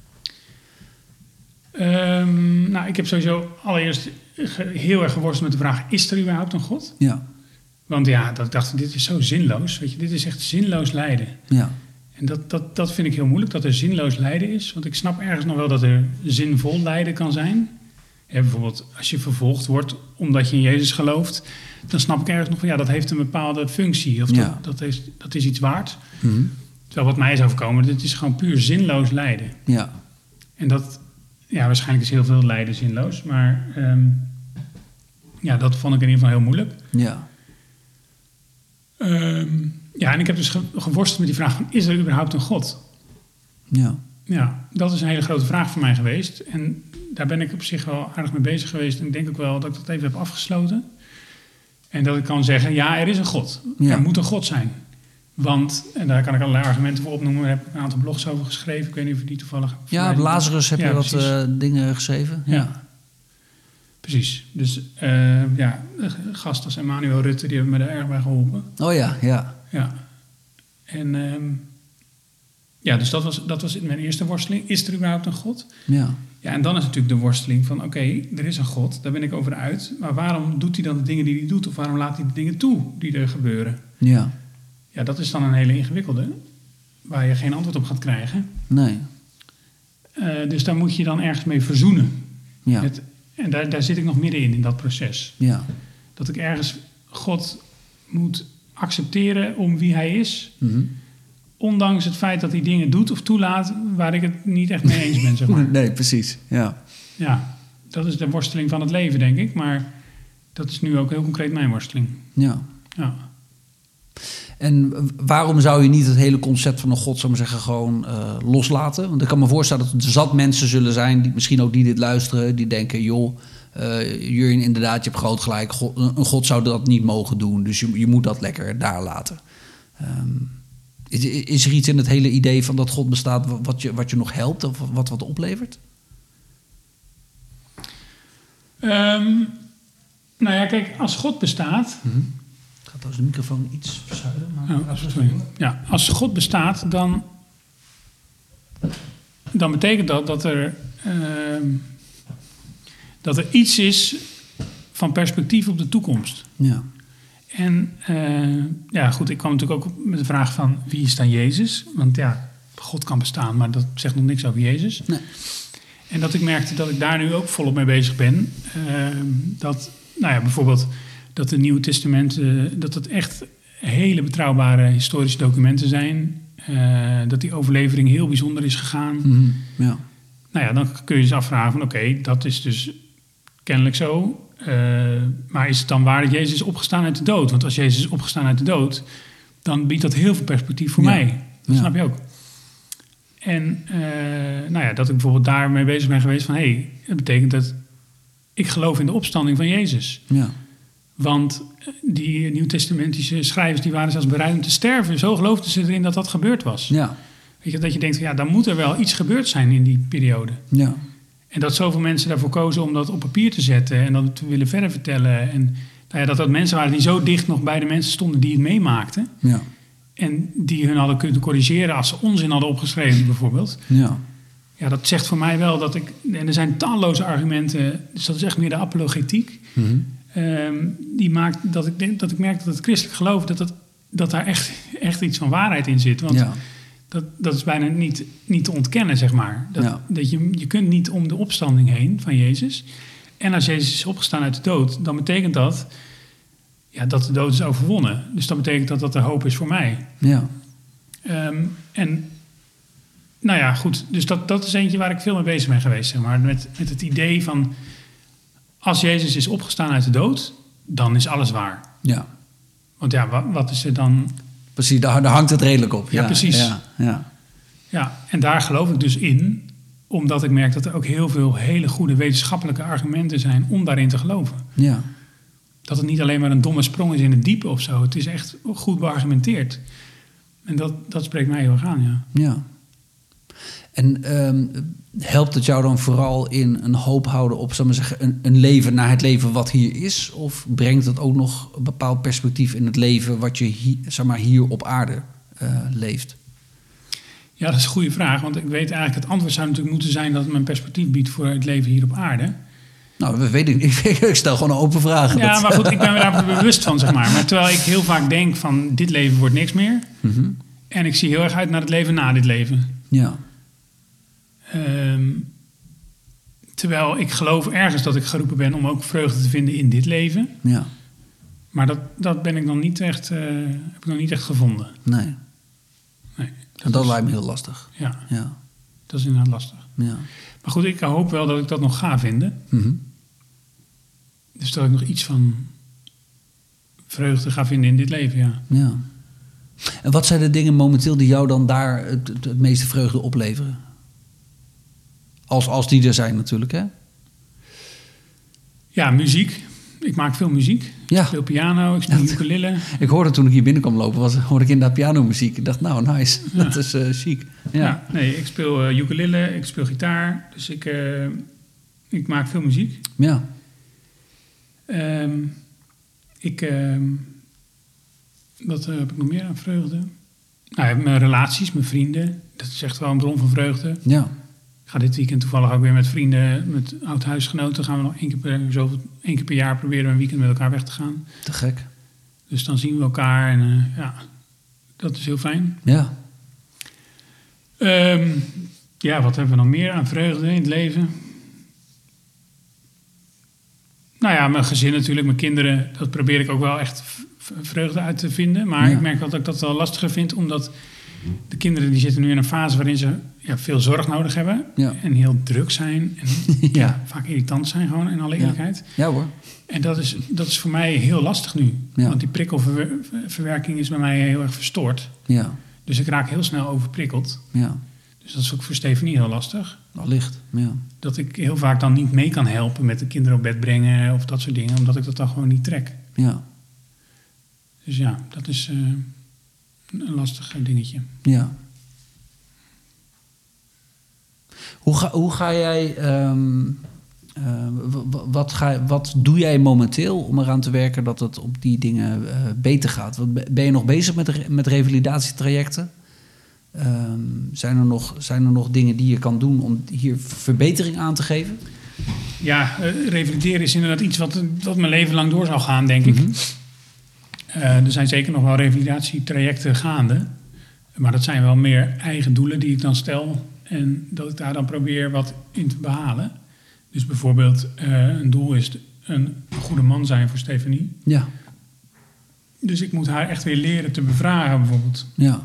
Um, nou, ik heb sowieso allereerst heel erg geworsteld met de vraag, is er überhaupt een God? Ja. Want ja, dat ik dacht, dit is zo zinloos. Weet je, dit is echt zinloos lijden. Ja. En dat, dat, dat vind ik heel moeilijk, dat er zinloos lijden is. Want ik snap ergens nog wel dat er zinvol lijden kan zijn. Ja, bijvoorbeeld als je vervolgd wordt omdat je in Jezus gelooft, dan snap ik ergens nog van ja, dat heeft een bepaalde functie. Of ja. dat, dat, is, dat is iets waard. Mm-hmm. Terwijl wat mij is overkomen, dit is gewoon puur zinloos lijden. Ja. En dat, ja, waarschijnlijk is heel veel lijden zinloos. Maar um, ja, dat vond ik in ieder geval heel moeilijk. Ja. Um, Ja, en ik heb dus ge- geworsteld met die vraag van, is er überhaupt een God? Ja. Ja, dat is een hele grote vraag voor mij geweest. En daar ben ik op zich wel aardig mee bezig geweest. En ik denk ook wel dat ik dat even heb afgesloten. En dat ik kan zeggen, ja, er is een God. Ja. Er moet een God zijn. Want, en daar kan ik allerlei argumenten voor opnoemen. Daar heb ik een aantal blogs over geschreven. Ik weet niet of je die toevallig... Ja, op Lazarus heb ja, je wat uh, dingen geschreven. Ja. ja. Precies. Dus uh, ja, gast als Emmanuel Rutte, die hebben me daar erg bij geholpen. Oh ja, ja. Ja. En um, ja, dus dat was, dat was mijn eerste worsteling. Is er überhaupt een God? Ja. Ja, en dan is natuurlijk de worsteling van, oké, okay, er is een God, daar ben ik over uit. Maar waarom doet hij dan de dingen die hij doet? Of waarom laat hij de dingen toe die er gebeuren? Ja. Ja, dat is dan een hele ingewikkelde, waar je geen antwoord op gaat krijgen. Nee. Uh, dus daar moet je dan ergens mee verzoenen. Ja. Het, en daar, daar zit ik nog middenin, in dat proces. Ja. Dat ik ergens God moet accepteren om wie hij is. Mm-hmm. Ondanks het feit dat hij dingen doet of toelaat waar ik het niet echt mee eens ben, zeg maar. Nee, precies. Ja. Ja, dat is de worsteling van het leven, denk ik. Maar dat is nu ook heel concreet mijn worsteling. Ja. Ja. En waarom zou je niet het hele concept van een God, zou maar zeggen, gewoon uh, loslaten? Want ik kan me voorstellen dat er zat mensen zullen zijn, die, misschien ook die dit luisteren, die denken, joh, uh, Jurjen, inderdaad, je hebt groot gelijk. God, een God zou dat niet mogen doen, dus je, je moet dat lekker daar laten. Um, is, is er iets in het hele idee van dat God bestaat wat je, wat je nog helpt of wat wat oplevert? Um, nou ja, kijk, als God bestaat... Mm-hmm. Gaat als de microfoon iets verzuilen. Maar oh, sorry. Ja, als God bestaat, dan, dan betekent dat dat er, uh, dat er iets is van perspectief op de toekomst. Ja. En uh, ja, goed, ik kwam natuurlijk ook met de vraag van wie is dan Jezus? Want ja, God kan bestaan, maar dat zegt nog niks over Jezus. Nee. En dat ik merkte dat ik daar nu ook volop mee bezig ben. Uh, dat, nou ja, bijvoorbeeld... dat de Nieuwe Testamenten, dat het echt hele betrouwbare historische documenten zijn. Uh, dat die overlevering heel bijzonder is gegaan. Mm-hmm, ja. Nou ja, dan kun je je dus afvragen van oké, okay, dat is dus kennelijk zo. Uh, maar is het dan waar dat Jezus is opgestaan uit de dood? Want als Jezus is opgestaan uit de dood, dan biedt dat heel veel perspectief voor ja. mij. Dat ja. snap je ook. En uh, nou ja, dat ik bijvoorbeeld daarmee bezig ben geweest van hé, hey, dat betekent dat ik geloof in de opstanding van Jezus. Ja. Want die nieuwtestamentische schrijvers die waren zelfs bereid om te sterven. Zo geloofden ze erin dat dat gebeurd was. Ja. Weet je, dat je denkt, ja, dan moet er wel iets gebeurd zijn in die periode. Ja. En dat zoveel mensen daarvoor kozen om dat op papier te zetten en dat te willen verder vertellen. En nou ja, dat dat mensen waren die zo dicht nog bij de mensen stonden die het meemaakten. Ja. En die hun hadden kunnen corrigeren als ze onzin hadden opgeschreven bijvoorbeeld. Ja. Ja, dat zegt voor mij wel dat ik... En er zijn talloze argumenten, dus dat is echt meer de apologetiek... Mm-hmm. Um, die maakt dat ik denk dat ik merk dat het christelijk geloof dat, het, dat daar echt, echt iets van waarheid in zit. Want ja. dat, dat is bijna niet, niet te ontkennen, zeg maar. Dat, ja. dat je, je kunt niet om de opstanding heen van Jezus. En als Jezus is opgestaan uit de dood, dan betekent dat ja, dat de dood is overwonnen. Dus dat betekent dat dat er hoop is voor mij. Ja. Um, en nou ja, goed. Dus dat, dat is eentje waar ik veel mee bezig ben geweest, zeg maar. Met, met het idee van... Als Jezus is opgestaan uit de dood, dan is alles waar. Ja. Want ja, wat, wat is er dan... Precies, daar, daar hangt het redelijk op. Ja, precies. Ja, ja. Ja, en daar geloof ik dus in, omdat ik merk dat er ook heel veel hele goede wetenschappelijke argumenten zijn om daarin te geloven. Ja. Dat het niet alleen maar een domme sprong is in het diepe of zo. Het is echt goed beargumenteerd. En dat, dat spreekt mij heel erg aan, ja. Ja. En um, helpt het jou dan vooral in een hoop houden op, zal maar zeggen, een, een leven naar het leven wat hier is? Of brengt het ook nog een bepaald perspectief in het leven wat je hier, zeg maar, hier op aarde uh, leeft? Ja, dat is een goede vraag. Want ik weet eigenlijk, het antwoord zou natuurlijk moeten zijn dat het me een perspectief biedt voor het leven hier op aarde. Nou, dat weet ik niet. Ik stel gewoon een open vraag. Ja, dat... maar goed, ik ben me daar bewust van, zeg maar. Maar terwijl ik heel vaak denk van, dit leven wordt niks meer. Mm-hmm. En ik zie heel erg uit naar het leven na dit leven. Ja. Um, terwijl ik geloof ergens dat ik geroepen ben om ook vreugde te vinden in dit leven. Ja. Maar dat, dat ben ik nog niet echt, uh, heb ik nog niet echt gevonden. Nee. Nee. En dat is, lijkt me heel lastig. Ja, ja, dat is inderdaad lastig. Ja. Maar goed, ik hoop wel dat ik dat nog ga vinden. Mm-hmm. Dus dat ik nog iets van vreugde ga vinden in dit leven, ja. Ja. En wat zijn de dingen momenteel die jou dan daar het, het, het meeste vreugde opleveren? Als, als die er zijn natuurlijk, hè? Ja, muziek. Ik maak veel muziek. Ja. Ik speel piano, ik speel Ja, ukulele. Ik hoorde toen ik hier binnenkwam lopen, was, hoorde ik inderdaad pianomuziek. Ik dacht, nou, nice. Ja. Dat is uh, chic. Ja. Ja, nee, ik speel uh, ukulele, ik speel gitaar. Dus ik, uh, ik maak veel muziek. Ja. Um, ik... Um, wat uh, heb ik nog meer aan vreugde? Nou, mijn relaties, mijn vrienden. Dat is echt wel een bron van vreugde. Ja. Ik ga dit weekend toevallig ook weer met vrienden, met oud-huisgenoten. Gaan we nog één keer, per, zoveel, één keer per jaar proberen een weekend met elkaar weg te gaan. Te gek. Dus dan zien we elkaar en uh, ja, dat is heel fijn. Ja. Um, ja, wat hebben we nog meer aan vreugde in het leven? Nou ja, mijn gezin natuurlijk, mijn kinderen. Dat probeer ik ook wel echt vreugde uit te vinden. Maar ja. ik merk wel dat ik dat wel lastiger vind, omdat de kinderen die zitten nu in een fase waarin ze ja, veel zorg nodig hebben. Ja. En heel druk zijn. En ja. Ja, vaak irritant zijn gewoon, in alle eerlijkheid. Ja, ja hoor. En dat is, dat is voor mij heel lastig nu. Ja. Want die prikkelverwerking is bij mij heel erg verstoord. Ja. Dus ik raak heel snel overprikkeld. Ja. Dus dat is ook voor Stefanie heel lastig. Allicht, ja. Dat ik heel vaak dan niet mee kan helpen met de kinderen op bed brengen of dat soort dingen. Omdat ik dat dan gewoon niet trek. Ja. Dus ja, dat is uh, een lastig dingetje. Ja. Hoe ga, hoe ga jij... Um, uh, wat, ga, wat doe jij momenteel om eraan te werken dat het op die dingen uh, beter gaat? Ben je nog bezig met, met revalidatietrajecten? Um, zijn, er nog, zijn er nog dingen die je kan doen om hier verbetering aan te geven? Ja, uh, revalideren is inderdaad iets wat, wat mijn leven lang door zal gaan, denk ik. Mm-hmm. Uh, er zijn zeker nog wel revalidatietrajecten gaande. Maar dat zijn wel meer eigen doelen die ik dan stel. En dat ik daar dan probeer wat in te behalen. Dus bijvoorbeeld uh, een doel is een goede man zijn voor Stefanie. Ja. Dus ik moet haar echt weer leren te bevragen bijvoorbeeld. Ja.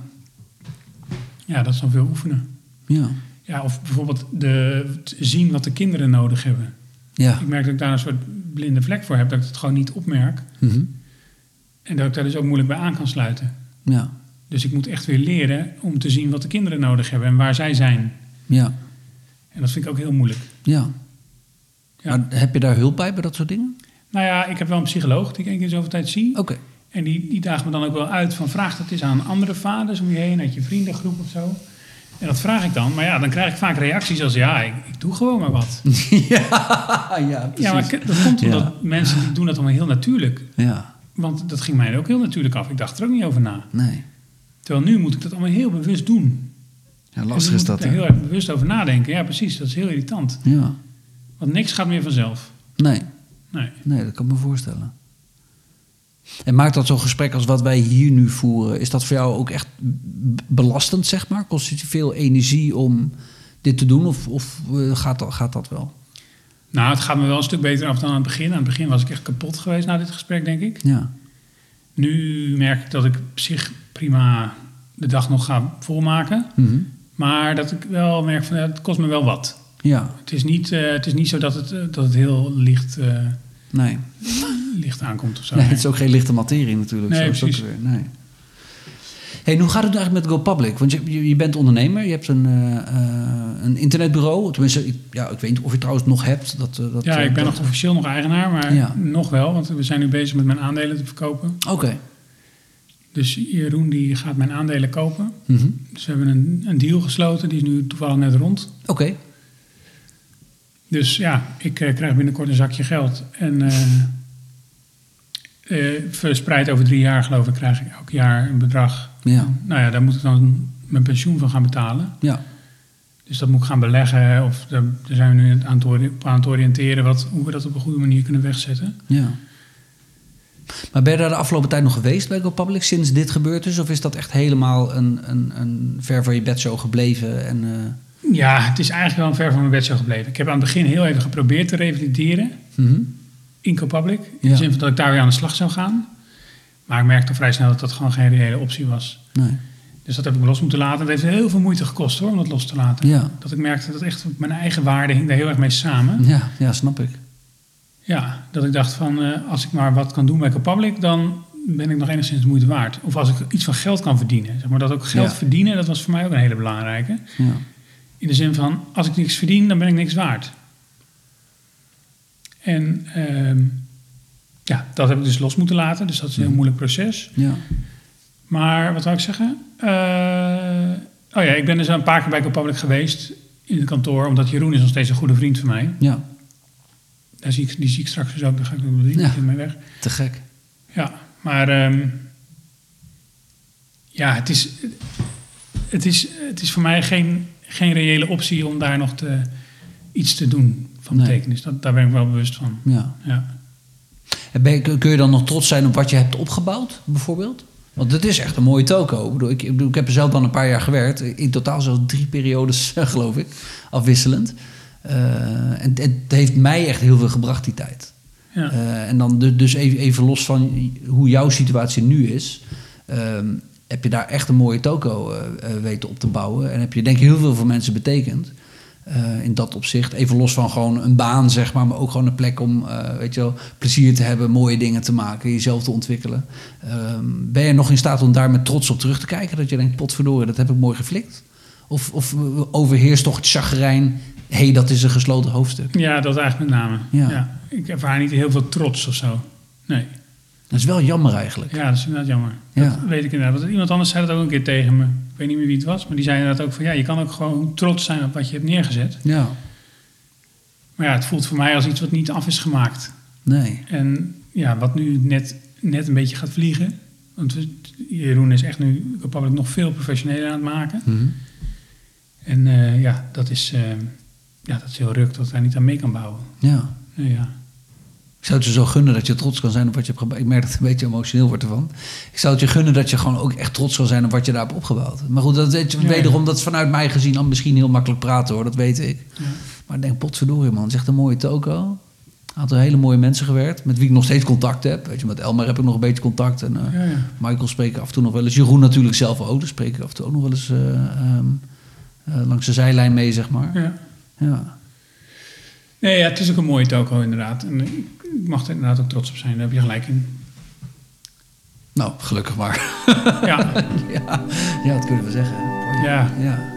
Ja, dat is dan veel oefenen. Ja. Ja, of bijvoorbeeld de, zien wat de kinderen nodig hebben. Ja. Ik merk dat ik daar een soort blinde vlek voor heb. Dat ik het gewoon niet opmerk. Mm-hmm. En dat ik daar dus ook moeilijk bij aan kan sluiten. Ja. Dus ik moet echt weer leren om te zien wat de kinderen nodig hebben en waar zij zijn. Ja. En dat vind ik ook heel moeilijk. Ja. Ja. Maar heb je daar hulp bij, bij dat soort dingen? Nou ja, ik heb wel een psycholoog die ik één keer zoveel tijd zie. Oké. Okay. En die, die daagt me dan ook wel uit van vraag dat eens aan andere vaders om je heen, uit je vriendengroep of zo. En dat vraag ik dan. Maar ja, dan krijg ik vaak reacties als ja, ik, ik doe gewoon maar wat. ja, ja, precies. Ja, maar dat komt omdat Ja. mensen die doen dat allemaal heel natuurlijk. Ja. Want dat ging mij ook heel natuurlijk af. Ik dacht er ook niet over na. Nee. Terwijl nu moet ik dat allemaal heel bewust doen. Ja, lastig is dat, hè? Ik moet er heel erg bewust over nadenken. Ja, precies. Dat is heel irritant. Ja. Want niks gaat meer vanzelf. Nee. Nee. Nee, dat kan ik me voorstellen. En maakt dat zo'n gesprek als wat wij hier nu voeren, is dat voor jou ook echt belastend, zeg maar? Kost het je veel energie om dit te doen of, of gaat, dat, gaat dat wel? Nou, het gaat me wel een stuk beter af dan aan het begin. Aan het begin was ik echt kapot geweest na dit gesprek, denk ik. Ja. Nu merk ik dat ik op zich prima de dag nog ga volmaken. Mm-hmm. Maar dat ik wel merk van, ja, het kost me wel wat. Ja. Het is niet, uh, het is niet zo dat het, uh, dat het heel licht, uh, Nee. licht aankomt of zo. Nee, het is ook geen lichte materie natuurlijk. Nee, zo is precies. dat weer. Nee. Hey, hoe gaat het nou eigenlijk met GoPublic? Want je, je, je bent ondernemer, je hebt een, uh, uh, een internetbureau. Tenminste, ik, ja, ik weet niet of je het trouwens nog hebt. Dat, uh, dat, Ja, ik ben dat, nog officieel nog eigenaar, maar ja. nog wel. Want we zijn nu bezig met mijn aandelen te verkopen. Oké. Okay. Dus Jeroen die gaat mijn aandelen kopen. Mm-hmm. Dus we hebben een, een deal gesloten, die is nu toevallig net rond. Oké. Okay. Dus ja, ik uh, krijg binnenkort een zakje geld. En uh, uh, verspreid over drie jaar, geloof ik, krijg ik elk jaar een bedrag. Ja. Nou ja, daar moet ik dan mijn pensioen van gaan betalen. Ja. Dus dat moet ik gaan beleggen. Of daar, daar zijn we nu aan het, ori- aan het oriënteren wat, hoe we dat op een goede manier kunnen wegzetten. Ja. Maar ben je daar de afgelopen tijd nog geweest bij GoPublic sinds dit gebeurd is? Of is dat echt helemaal een, een, een ver van je bedshow gebleven? En, uh... Ja, het is eigenlijk wel een ver van mijn bedshow gebleven. Ik heb aan het begin heel even geprobeerd te revalideren mm-hmm. in GoPublic. In Ja. de zin van dat ik daar weer aan de slag zou gaan. Maar ik merkte vrij snel dat dat gewoon geen reële optie was. Nee. Dus dat heb ik los moeten laten. Het heeft heel veel moeite gekost hoor, om dat los te laten. Ja. Dat ik merkte dat echt mijn eigen waarde hing daar heel erg mee samen. Ja, ja, snap ik. Ja, dat ik dacht van uh, als ik maar wat kan doen bij GoPublic, dan ben ik nog enigszins de moeite waard. Of als ik iets van geld kan verdienen. Zeg maar dat ook geld Ja. verdienen, dat was voor mij ook een hele belangrijke. Ja. In de zin van, als ik niks verdien, dan ben ik niks waard. En uh, ja, dat heb ik dus los moeten laten. Dus dat is een heel moeilijk proces. Ja. Maar wat wil ik zeggen? Uh, oh ja, ik ben dus een paar keer bij GoPublic geweest in het kantoor. Omdat Jeroen is nog steeds een goede vriend van mij. Ja. Daar zie ik, die zie ik straks dus ook. Daar ga ik nog drie Ja. keer mee weg. Te gek. Ja, maar um, ja, het is, het, is, het is voor mij geen, geen reële optie om daar nog te, iets te doen van Nee. betekenis. Dat, daar ben ik wel bewust van. Ja. Ja. En ben je, kun je dan nog trots zijn op wat je hebt opgebouwd, bijvoorbeeld? Want het is echt een mooie toko. Ik bedoel, ik, ik, bedoel, ik heb er zelf dan een paar jaar gewerkt. In totaal zelfs drie periodes, geloof ik, afwisselend. Uh, en het heeft mij echt heel veel gebracht, die tijd. Ja. Uh, en dan de, dus even, even los van hoe jouw situatie nu is... Um, heb je daar echt een mooie toko uh, uh, weten op te bouwen. En heb je denk ik heel veel voor mensen betekend. Uh, in dat opzicht. Even los van gewoon een baan, zeg maar. Maar ook gewoon een plek om uh, weet je wel, plezier te hebben. Mooie dingen te maken. Jezelf te ontwikkelen. Um, ben je nog in staat om daar met trots op terug te kijken? Dat je denkt, potverdorie, dat heb ik mooi geflikt? Of, of overheerst toch het chagrijn? Hé, hey, dat is een gesloten hoofdstuk. Ja, dat eigenlijk met name. Ja. Ja. Ik ervaar niet heel veel trots of zo. Nee. Dat is wel jammer eigenlijk. Ja, dat is inderdaad jammer. Ja. Dat weet ik inderdaad. Want iemand anders zei dat ook een keer tegen me. Ik weet niet meer wie het was. Maar die zei inderdaad ook van... Ja, je kan ook gewoon trots zijn op wat je hebt neergezet. Ja. Maar ja, het voelt voor mij als iets wat niet af is gemaakt. Nee. En ja, wat nu net, net een beetje gaat vliegen. Want we, Jeroen is echt nu GoPublic nog veel professioneler aan het maken. Mm-hmm. En uh, ja, dat is, uh, ja, dat is heel ruk dat hij niet aan mee kan bouwen. Ja. Uh, ja. Ik zou het je zo gunnen dat je trots kan zijn op wat je hebt gebouwd. Ik merk dat het een beetje emotioneel wordt ervan. Ik zou het je gunnen dat je gewoon ook echt trots kan zijn op wat je daar hebt opgebouwd. Maar goed, dat weet je, Ja, wederom, ja. dat is vanuit mij gezien al misschien heel makkelijk praten hoor, dat weet ik. Ja. Maar ik denk, potverdorie man, het is echt een mooie toko. Een aantal hele mooie mensen gewerkt, met wie ik nog steeds contact heb. Weet je, met Elmer heb ik nog een beetje contact. En uh, Ja, ja. Michael spreek ik af en toe nog wel eens. Jeroen natuurlijk zelf ook, daar spreek ik af en toe ook nog wel eens uh, um, uh, langs de zijlijn mee, zeg maar. Ja. Ja. Nee, ja, het is ook een mooie toko inderdaad. En ik, ik mag er inderdaad ook trots op zijn, daar heb je gelijk in. Nou, gelukkig maar. Ja. ja, ja, dat kunnen we zeggen. Ja. Ja.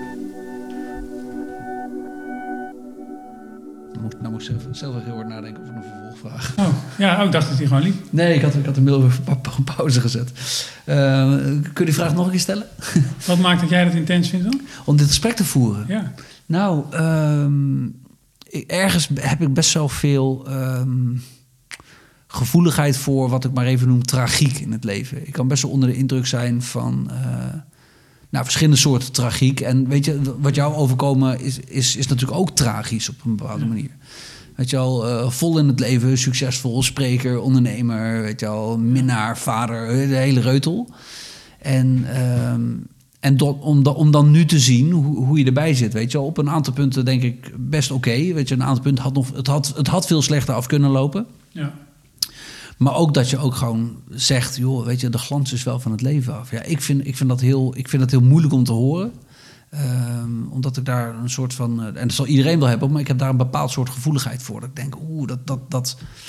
Nou moet, nou moet ik zelf, zelf heel hard nadenken over een vervolgvraag. Oh, ja, oh, ik dacht dat hij gewoon liep. Nee, ik had, ik had een middel even een pauze gezet. Uh, kun je die vraag nog een keer stellen? Wat maakt dat jij dat intens vindt dan? Om dit gesprek te voeren? Ja. Nou, um, ik, ergens heb ik best wel veel um, gevoeligheid voor wat ik maar even noem tragiek in het leven. Ik kan best wel onder de indruk zijn van uh, nou, verschillende soorten tragiek. En weet je, wat jou overkomen is, is, is natuurlijk ook tragisch op een bepaalde ja. manier. Weet je al, uh, vol in het leven, succesvol, spreker, ondernemer, weet je al, minnaar, vader, de hele reutel. En, um, en do, om, da, om dan nu te zien hoe, hoe je erbij zit, weet je wel. Op een aantal punten denk ik best oké. Okay. Weet je, een aantal punten had nog, het had, het had veel slechter af kunnen lopen. Ja. Maar ook dat je ook gewoon zegt, joh, weet je, de glans is wel van het leven af. Ja, ik vind, ik vind, dat, heel, ik vind dat heel moeilijk om te horen. Um, omdat ik daar een soort van... Uh, en dat zal iedereen wel hebben, maar ik heb daar een bepaald soort gevoeligheid voor. Dat ik denk, oeh, dat, dat, dat,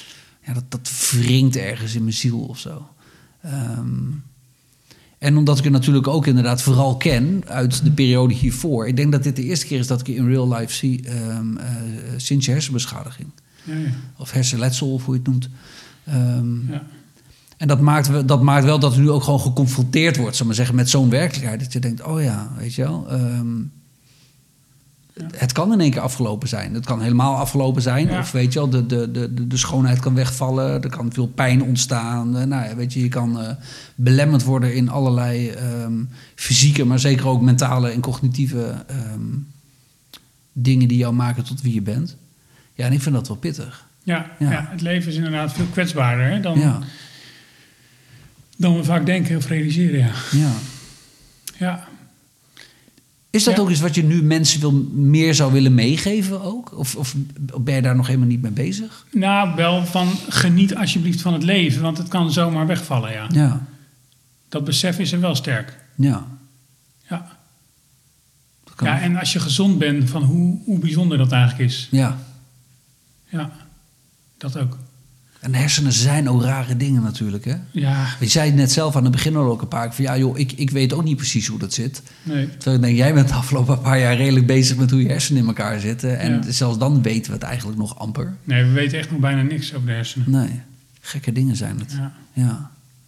ja, dat, dat wringt ergens in mijn ziel of zo. Um, en omdat ik het natuurlijk ook inderdaad vooral ken uit de periode hiervoor. Ik denk dat dit de eerste keer is dat ik in real life zie um, uh, sinds je hersenbeschadiging. Ja, ja. Of hersenletsel, of hoe je het noemt. Um, ja. En dat maakt, dat maakt wel dat u nu ook gewoon geconfronteerd wordt, zal maar zeggen, met zo'n werkelijkheid. Dat je denkt, oh ja, weet je wel. Um, ja. Het kan in één keer afgelopen zijn. Het kan helemaal afgelopen zijn. Ja. Of weet je wel, de, de, de, de schoonheid kan wegvallen. Er kan veel pijn ontstaan. Uh, nou ja, weet je, je kan uh, belemmerd worden in allerlei um, fysieke, maar zeker ook mentale en cognitieve um, dingen die jou maken tot wie je bent. Ja, en ik vind dat wel pittig. Ja, ja. ja het leven is inderdaad veel kwetsbaarder hè, dan, ja. dan we vaak denken of realiseren. Ja. Ja. ja. Is dat ja. ook iets wat je nu mensen wil, meer zou willen meegeven ook? Of, of ben je daar nog helemaal niet mee bezig? Nou, wel van geniet alsjeblieft van het leven, want het kan zomaar wegvallen, ja. ja. Dat besef is er wel sterk. Ja. Ja. Ja, en als je gezond bent, van hoe, hoe bijzonder dat eigenlijk is. Ja. Ja, dat ook. En hersenen zijn ook rare dingen natuurlijk, hè? Ja. Je zei het net zelf aan het begin al ook een paar keer van... ja, joh, ik, ik weet ook niet precies hoe dat zit. Nee. Terwijl ik denk, jij bent de afgelopen paar jaar redelijk bezig met hoe je hersenen in elkaar zitten. En ja. zelfs dan weten we het eigenlijk nog amper. Nee, we weten echt nog bijna niks over de hersenen. Nee, gekke dingen zijn het. Ja. Ja.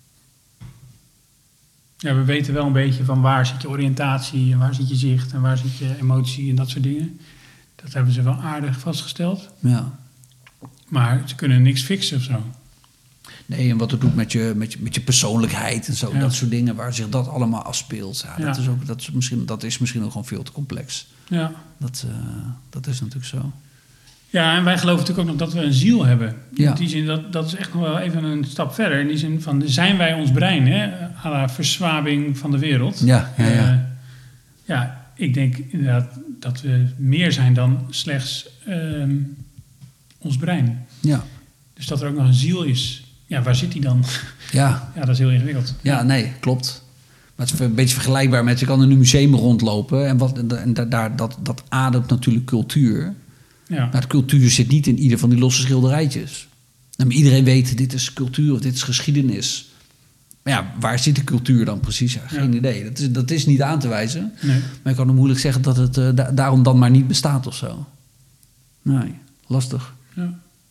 Ja, we weten wel een beetje van waar zit je oriëntatie... en waar zit je zicht en waar zit je emotie en dat soort dingen. Dat hebben ze wel aardig vastgesteld. Ja. Maar ze kunnen niks fixen of zo. Nee, en wat het doet met je, met je, met je persoonlijkheid en zo. Ja. Dat soort dingen waar zich dat allemaal afspeelt. Ja, Ja. Dat, is ook, dat, is misschien, dat is misschien ook gewoon veel te complex. Ja. Dat, uh, dat is natuurlijk zo. Ja, en wij geloven natuurlijk ook nog dat we een ziel hebben. Ja. In die zin, dat, dat is echt nog wel even een stap verder. In die zin van, zijn wij ons brein, hè? À la verzwabing van de wereld. Ja, ja, ja. Uh, ja, ik denk inderdaad dat we meer zijn dan slechts uh, ons brein. Ja. Dus dat er ook nog een ziel is. Ja, waar zit die dan? Ja. Ja, dat is heel ingewikkeld. Ja, nee, klopt. Maar het is een beetje vergelijkbaar met... je kan in een museum rondlopen... en, wat, en daar, dat, dat ademt natuurlijk cultuur. Ja. Maar de cultuur zit niet in ieder van die losse schilderijtjes. En iedereen weet, dit is cultuur of dit is geschiedenis. Maar ja, waar zit de cultuur dan precies? Ja, geen ja. idee. Dat is, dat is niet aan te wijzen. Nee. Maar ik kan ook moeilijk zeggen dat het uh, da- daarom dan maar niet bestaat of zo. Nee, lastig. Ja.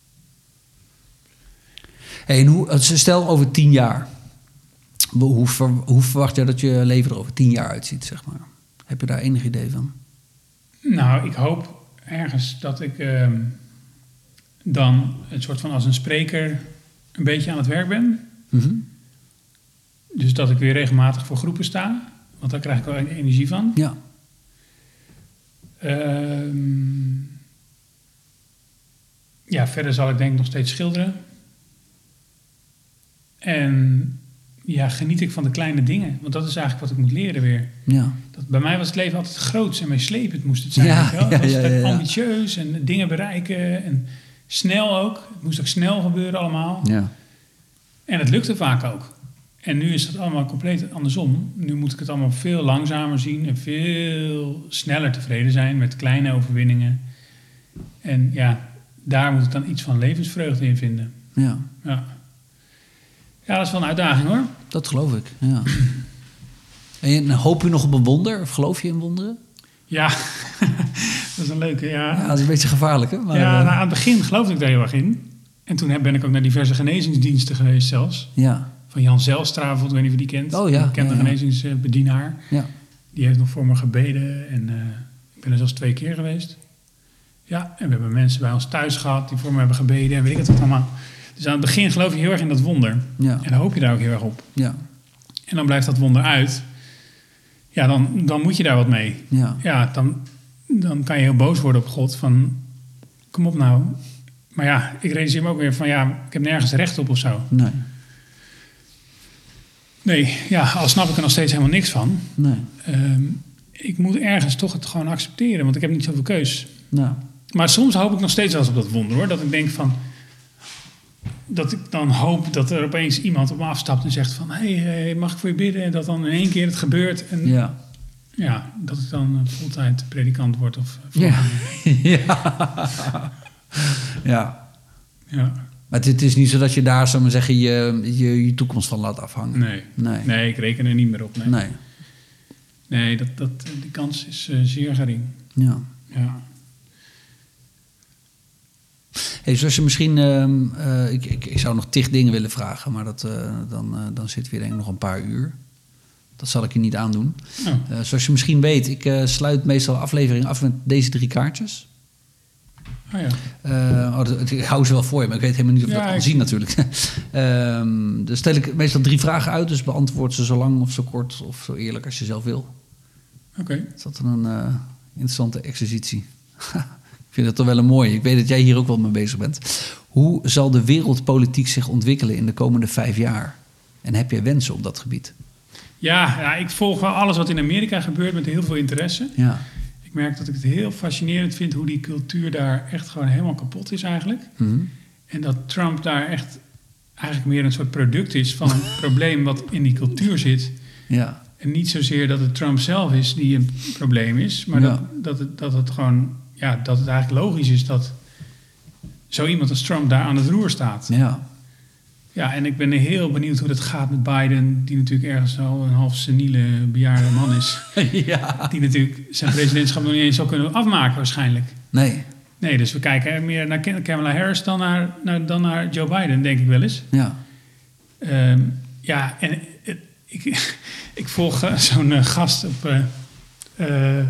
Hey, en hoe, stel over tien jaar. Hoe, ver, hoe verwacht jij dat je leven er over tien jaar uitziet, zeg maar? Heb je daar enig idee van? Nou, ik hoop ergens dat ik uh, dan een soort van als een spreker een beetje aan het werk ben. Mm-hmm. Dus dat ik weer regelmatig voor groepen sta. Want daar krijg ik wel energie van. Ja. Uh, ja, verder zal ik denk ik nog steeds schilderen. En ja, geniet ik van de kleine dingen. Want dat is eigenlijk wat ik moet leren weer. Ja. Dat, bij mij was het leven altijd groots en meeslepend moest het zijn. Ja, weet je wel? ja, Het was ja, altijd ja, ja. ambitieus en dingen bereiken. En snel ook. Het moest ook snel gebeuren allemaal. Ja. En het lukte vaak ook. En nu is het allemaal compleet andersom. Nu moet ik het allemaal veel langzamer zien en veel sneller tevreden zijn met kleine overwinningen. En ja, daar moet ik dan iets van levensvreugde in vinden. Ja. Ja, ja dat is wel een uitdaging hoor. Dat geloof ik, ja. En hoop je nog op een wonder? Of geloof je in wonderen? Ja, dat is een leuke, ja. Ja, dat is een beetje gevaarlijk, hè? Maar, ja, uh, nou, aan het begin geloofde ik daar heel erg in. En toen ben ik ook naar diverse genezingsdiensten geweest zelfs. Ja. Van Jan Zijlstra, ik weet niet of je die kent. Oh ja. Ik ken ja, de ja. genezingsbedienaar. Ja. Die heeft nog voor me gebeden. En uh, ik ben er zelfs twee keer geweest. Ja, en we hebben mensen bij ons thuis gehad die voor me hebben gebeden. En weet ik het wat allemaal. Dus aan het begin geloof je heel erg in dat wonder. Ja. En dan hoop je daar ook heel erg op. Ja. En dan blijft dat wonder uit. Ja, dan, dan moet je daar wat mee. Ja. Ja, dan, dan kan je heel boos worden op God. Van, kom op nou. Maar ja, ik realiseer me ook weer van... ja, ik heb nergens recht op of zo. Nee. Nee, ja, al snap ik er nog steeds helemaal niks van. Nee. Um, ik moet ergens toch het gewoon accepteren. Want ik heb niet zoveel keus. Nou. Maar soms hoop ik nog steeds wel eens op dat wonder, hoor. Dat ik denk van... dat ik dan hoop dat er opeens iemand op me afstapt en zegt van... hé, hey, mag ik voor je bidden? En dat dan in één keer het gebeurt. En Ja. ja, dat ik dan fulltime predikant word. Of, Ja. ja. Ja. Ja. Maar het, het is niet zo dat je daar, zou maar zeggen, je, je, je toekomst van laat afhangen. Nee. Nee. nee, ik reken er niet meer op. Nee, Nee. nee dat, dat, die kans is uh, zeer gering. Ja. Ja. Hey, zoals je misschien... Uh, uh, ik, ik, ik zou nog tig dingen willen vragen, maar dat, uh, dan, uh, dan zitten we denk ik nog een paar uur. Dat zal ik je niet aandoen. Oh. Uh, zoals je misschien weet, ik uh, sluit meestal afleveringen af met deze drie kaartjes. Oh ja. Uh, oh, dat, ik hou ze wel voor je, maar ik weet helemaal niet of je ja, dat kan ik... zien natuurlijk. um, dus stel ik meestal drie vragen uit, dus beantwoord ze zo lang of zo kort of zo eerlijk als je zelf wil. Oké. Okay. Is dat een uh, interessante exercitie? Ik vind het toch wel een mooie. Ik weet dat jij hier ook wel mee bezig bent. Hoe zal de wereldpolitiek zich ontwikkelen in de komende vijf jaar? En heb jij wensen op dat gebied? Ja, ja, ik volg wel alles wat in Amerika gebeurt met heel veel interesse. Ja. Ik merk dat ik het heel fascinerend vind hoe die cultuur daar echt gewoon helemaal kapot is eigenlijk. Mm-hmm. En dat Trump daar echt eigenlijk meer een soort product is van een probleem wat in die cultuur zit. Ja. En niet zozeer dat het Trump zelf is die een probleem is, maar ja. dat, dat, het, dat het gewoon, ja, dat het eigenlijk logisch is dat zo iemand als Trump daar aan het roer staat. Ja. Ja, en ik ben heel benieuwd hoe dat gaat met Biden, die natuurlijk ergens al een half seniele bejaarde man is. Ja. Die natuurlijk zijn presidentschap nog niet eens zou kunnen afmaken waarschijnlijk. Nee. Nee, dus we kijken meer naar Kamala Harris dan naar, naar, dan naar Joe Biden, denk ik wel eens. Ja. Um, ja, en uh, ik, ik volg uh, zo'n uh, gast op, uh, uh,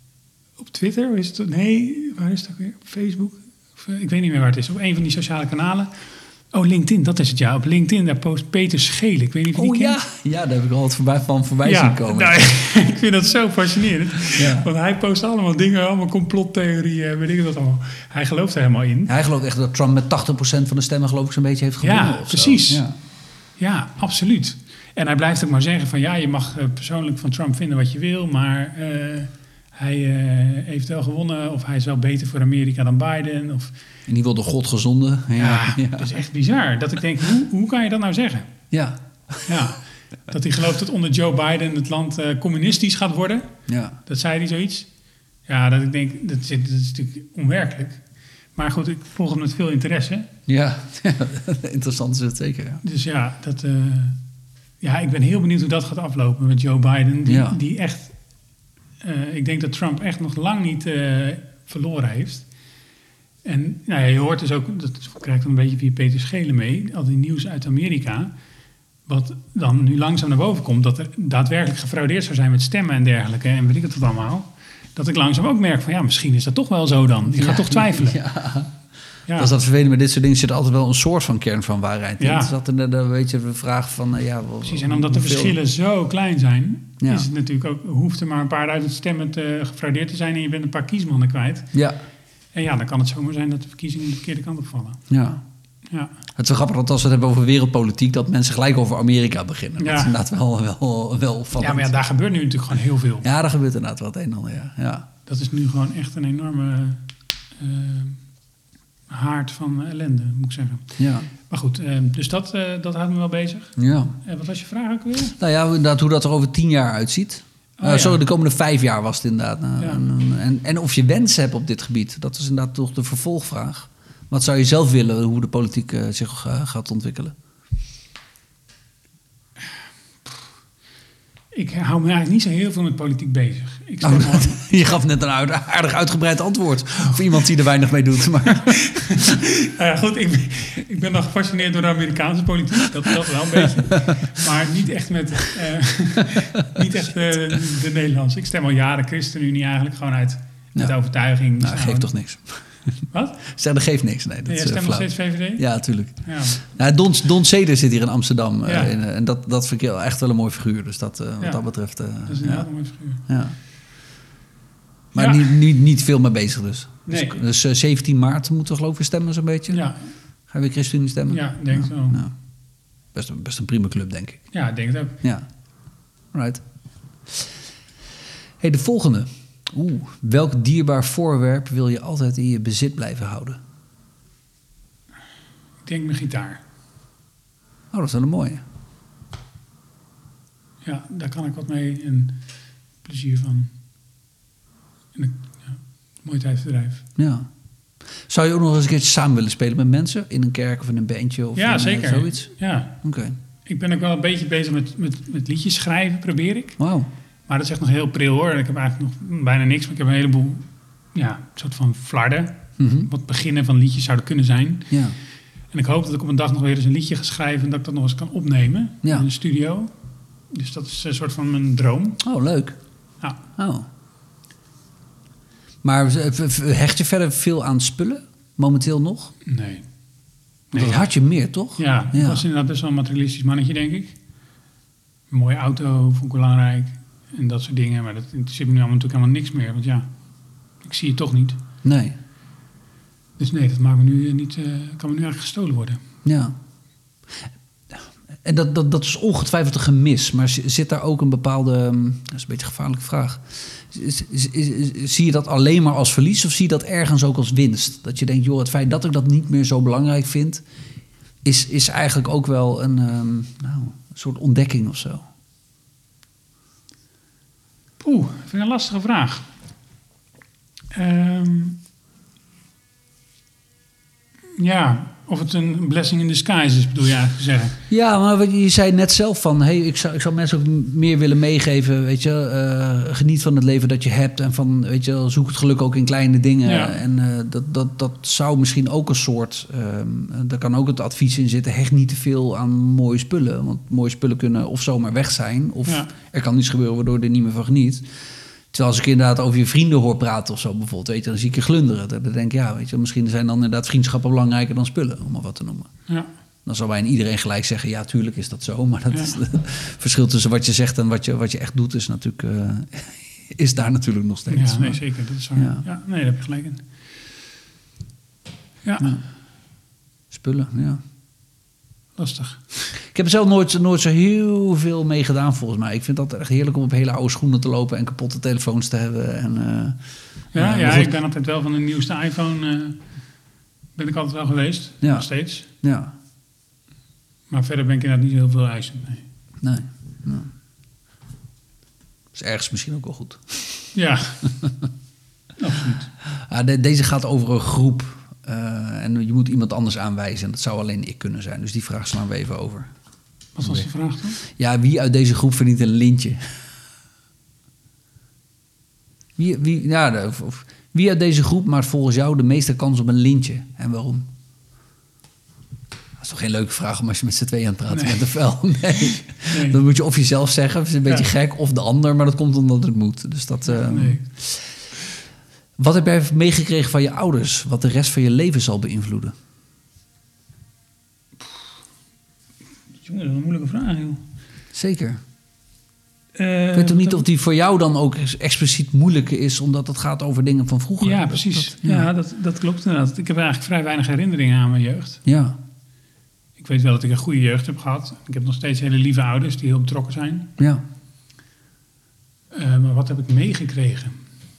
op Twitter. Hoe is het? Nee, waar is het ook weer? Op Facebook? Of, uh, ik weet niet meer waar het is. Op een van die sociale kanalen. Oh, LinkedIn, dat is het, ja. Op LinkedIn, daar post Peter Schelen. Ik weet niet of je oh, die ja. kent. Ja, daar heb ik al wat voorbij, van voorbij ja, zien komen. Nou, ik vind dat zo fascinerend. Ja. Want hij post allemaal dingen, allemaal complottheorieën, weet ik wat allemaal. Hij gelooft er helemaal in. Hij gelooft echt dat Trump met tachtig procent van de stemmen geloof ik zo'n beetje heeft gewonnen. Ja, of precies. Ja. ja, absoluut. En hij blijft ook maar zeggen van ja, je mag uh, persoonlijk van Trump vinden wat je wil, maar uh, hij uh, heeft wel gewonnen of hij is wel beter voor Amerika dan Biden. Of... En die wil door God gezonden. Ja, ja, ja, dat is echt bizar. Dat ik denk, hoe, hoe kan je dat nou zeggen? Ja. Ja, dat hij gelooft dat onder Joe Biden het land uh, communistisch gaat worden. Ja. Dat zei hij zoiets. Ja, dat ik denk, dat is, dat is natuurlijk onwerkelijk. Maar goed, ik volg hem met veel interesse. Ja, interessant is het zeker. Ja. Dus ja, dat, uh, ja, ik ben heel benieuwd hoe dat gaat aflopen met Joe Biden. Die, ja. die echt, uh, ik denk dat Trump echt nog lang niet uh, verloren heeft. En nou ja, je hoort dus ook, dat krijgt dan een beetje via Peter Schelen mee, al die nieuws uit Amerika, wat dan nu langzaam naar boven komt, dat er daadwerkelijk gefraudeerd zou zijn met stemmen en dergelijke, en weet ik het allemaal, dat ik langzaam ook merk van ja, misschien is dat toch wel zo dan. Je ja, gaat toch twijfelen. Ja. Ja. Dat is dat vervelend met dit soort dingen, zit altijd wel een soort van kern van waarheid in. Ja. Dus dat er een beetje de vraag van, uh, ja... Wel, precies, en omdat de verschillen zo klein zijn, ja. is het natuurlijk ook, hoeft er maar een paar duizend stemmen te gefraudeerd te zijn en je bent een paar kiesmannen kwijt. Ja. En ja, dan kan het zomaar zijn dat de verkiezingen de verkeerde kant op vallen. Ja. Ja. Het is wel grappig dat als we het hebben over wereldpolitiek, dat mensen gelijk over Amerika beginnen. Ja. Dat is inderdaad wel, wel, wel opvallend. Ja, maar ja, daar gebeurt nu natuurlijk gewoon heel veel. Ja, daar gebeurt inderdaad wel het een en ander, ja. ja. Dat is nu gewoon echt een enorme uh, haard van ellende, moet ik zeggen. Ja. Maar goed, uh, dus dat, uh, dat houdt me wel bezig. Ja. Uh, wat was je vraag ook weer? Nou ja, inderdaad, hoe dat er over tien jaar uitziet. Oh, uh, ja. Sorry, de komende vijf jaar was het inderdaad. Uh, ja. en, en, en of je wensen hebt op dit gebied. Dat is inderdaad toch de vervolgvraag. Wat zou je zelf willen, hoe de politiek uh, zich uh, gaat ontwikkelen? Ik hou me eigenlijk niet zo heel veel met politiek bezig. Ik oh, al... Je gaf net een aardig uitgebreid antwoord voor iemand die er weinig mee doet. Maar... nou ja, goed, ik ben, ik ben nog gefascineerd door de Amerikaanse politiek. Dat, dat wel een beetje. Maar niet echt met uh, niet echt uh, de Nederlandse. Ik stem al jaren ChristenUnie eigenlijk gewoon uit, uit ja. overtuiging. Nou, dat geeft toch niks. Wat? Zeg, dat geeft niks. Nee, dat ja, is jij stemt nog steeds V V D? Ja, natuurlijk. Ja. Nou, Don, Don Ceder zit hier in Amsterdam. Ja. Uh, in, uh, en dat, dat vind ik echt wel een mooi figuur. Dus dat, uh, ja. wat dat betreft... Uh, dat is inderdaad ja. een mooi figuur. Ja. Maar ja. niet, niet, niet veel mee bezig dus. Nee. Dus, dus uh, zeventien maart moeten we geloof ik stemmen zo'n beetje. Ja. Gaan we weer ChristenUnie stemmen? Ja, denk ja. zo. Ja. Best, een, best een prima club, denk ik. Ja, ik denk het ook. Ja. Right. Hey, de volgende. Oeh, welk dierbaar voorwerp wil je altijd in je bezit blijven houden? Ik denk mijn gitaar. Oh, dat is wel een mooie. Ja, daar kan ik wat mee en plezier van. En een ja, mooi tijdverdrijf. Ja. Zou Zou je ook nog eens een keertje samen willen spelen met mensen? In een kerk of in een bandje? Of Ja, in, zeker. Uh, zoiets? Ja. Oké. Okay. Ik ben ook wel een beetje bezig met, met, met liedjes schrijven, probeer ik. Wauw. Maar dat is echt nog heel pril hoor. Ik heb eigenlijk nog bijna niks, maar ik heb een heleboel, ja, soort van flarden. Mm-hmm. Wat beginnen van liedjes zouden kunnen zijn. Ja. En ik hoop dat ik op een dag nog weer eens een liedje ga schrijven en dat ik dat nog eens kan opnemen Ja. in een studio. Dus dat is een soort van mijn droom. Oh, leuk. Ja. Oh. Maar hecht je verder veel aan spullen? Momenteel nog? Nee. Want nee dat ja. had je meer, toch? Ja, ik Ja. was inderdaad best wel een materialistisch mannetje, denk ik. Een mooie auto vond ik belangrijk. En dat soort dingen. Maar dat interesseert me nu allemaal natuurlijk helemaal niks meer. Want ja, ik zie het toch niet. Nee. Dus nee, dat maakt me nu niet, uh, kan me nu eigenlijk gestolen worden. Ja. En dat, dat, dat is ongetwijfeld een gemis. Maar zit daar ook een bepaalde... Dat is een beetje een gevaarlijke vraag. Is, is, is, zie je dat alleen maar als verlies of zie je dat ergens ook als winst? Dat je denkt, joh, het feit dat ik dat niet meer zo belangrijk vind... is, is eigenlijk ook wel een, um, nou, een soort ontdekking of zo. Poeh, dat vind ik een lastige vraag. Um, ja, of het een blessing in disguise is, bedoel je eigenlijk te zeggen. Ja, maar je zei net zelf van... Hey, ik, zou, ik zou mensen ook meer willen meegeven. Weet je, uh, geniet van het leven dat je hebt. En van, weet je, zoek het geluk ook in kleine dingen. Ja. En uh, dat, dat, dat zou misschien ook een soort... Um, daar kan ook het advies in zitten. Hecht niet te veel aan mooie spullen. Want mooie spullen kunnen of zomaar weg zijn. Of ja. er kan iets gebeuren waardoor je er niet meer van geniet. Terwijl als ik inderdaad over je vrienden hoor praten of zo bijvoorbeeld, weet je, dan zie ik je glunderen. Dan denk ik, ja, weet je, misschien zijn dan inderdaad vriendschappen belangrijker dan spullen, om maar wat te noemen. Ja. Dan zal bijna iedereen gelijk zeggen, ja, tuurlijk is dat zo. Maar dat Ja. is het verschil tussen wat je zegt en wat je, wat je echt doet, is natuurlijk uh, is daar natuurlijk nog steeds. Ja, nee, zeker. Dat is waar. Ja. Ja, nee, daar heb je gelijk in. Ja, Ja. Spullen, ja. lastig. Ik heb er zelf nooit, nooit zo heel veel mee gedaan, volgens mij. Ik vind dat echt heerlijk om op hele oude schoenen te lopen en kapotte telefoons te hebben. En, uh, Ja, uh, ja goed. ik ben altijd wel van de nieuwste iPhone... Uh, ben ik altijd wel geweest. Ja. Nog steeds. Ja, Maar verder ben ik inderdaad niet heel veel eisend. Nee. nee. nee. Is ergens misschien ook wel goed. Ja, absoluut. Ah, de, deze gaat over een groep. Uh, en je moet iemand anders aanwijzen. En dat zou alleen ik kunnen zijn. Dus die vraag slaan we even over. Wat was de vraag dan? Ja, wie uit deze groep verdient een lintje? Wie, wie, ja, de, of, of, wie uit deze groep maakt volgens jou de meeste kans op een lintje? En waarom? Dat is toch geen leuke vraag om als je met z'n tweeën aan het praten Nee. bent of wel? Nee. Nee. Dan moet je of jezelf zeggen, dat is een beetje Ja. gek, of de ander. Maar dat komt omdat het moet. Dus dat... Uh, Nee. Wat heb jij meegekregen van je ouders, wat de rest van je leven zal beïnvloeden? Jongen, dat is een moeilijke vraag, joh. Zeker. Uh, Ik weet toch niet of die voor jou dan ook expliciet moeilijker is, omdat het gaat over dingen van vroeger? Ja, Dat- precies. dat- ja, ja. dat, dat klopt inderdaad. Ik heb eigenlijk vrij weinig herinneringen aan mijn jeugd. Ja, Ik weet wel dat ik een goede jeugd heb gehad. Ik heb nog steeds hele lieve ouders die heel betrokken zijn. ja. Uh, maar wat heb ik meegekregen?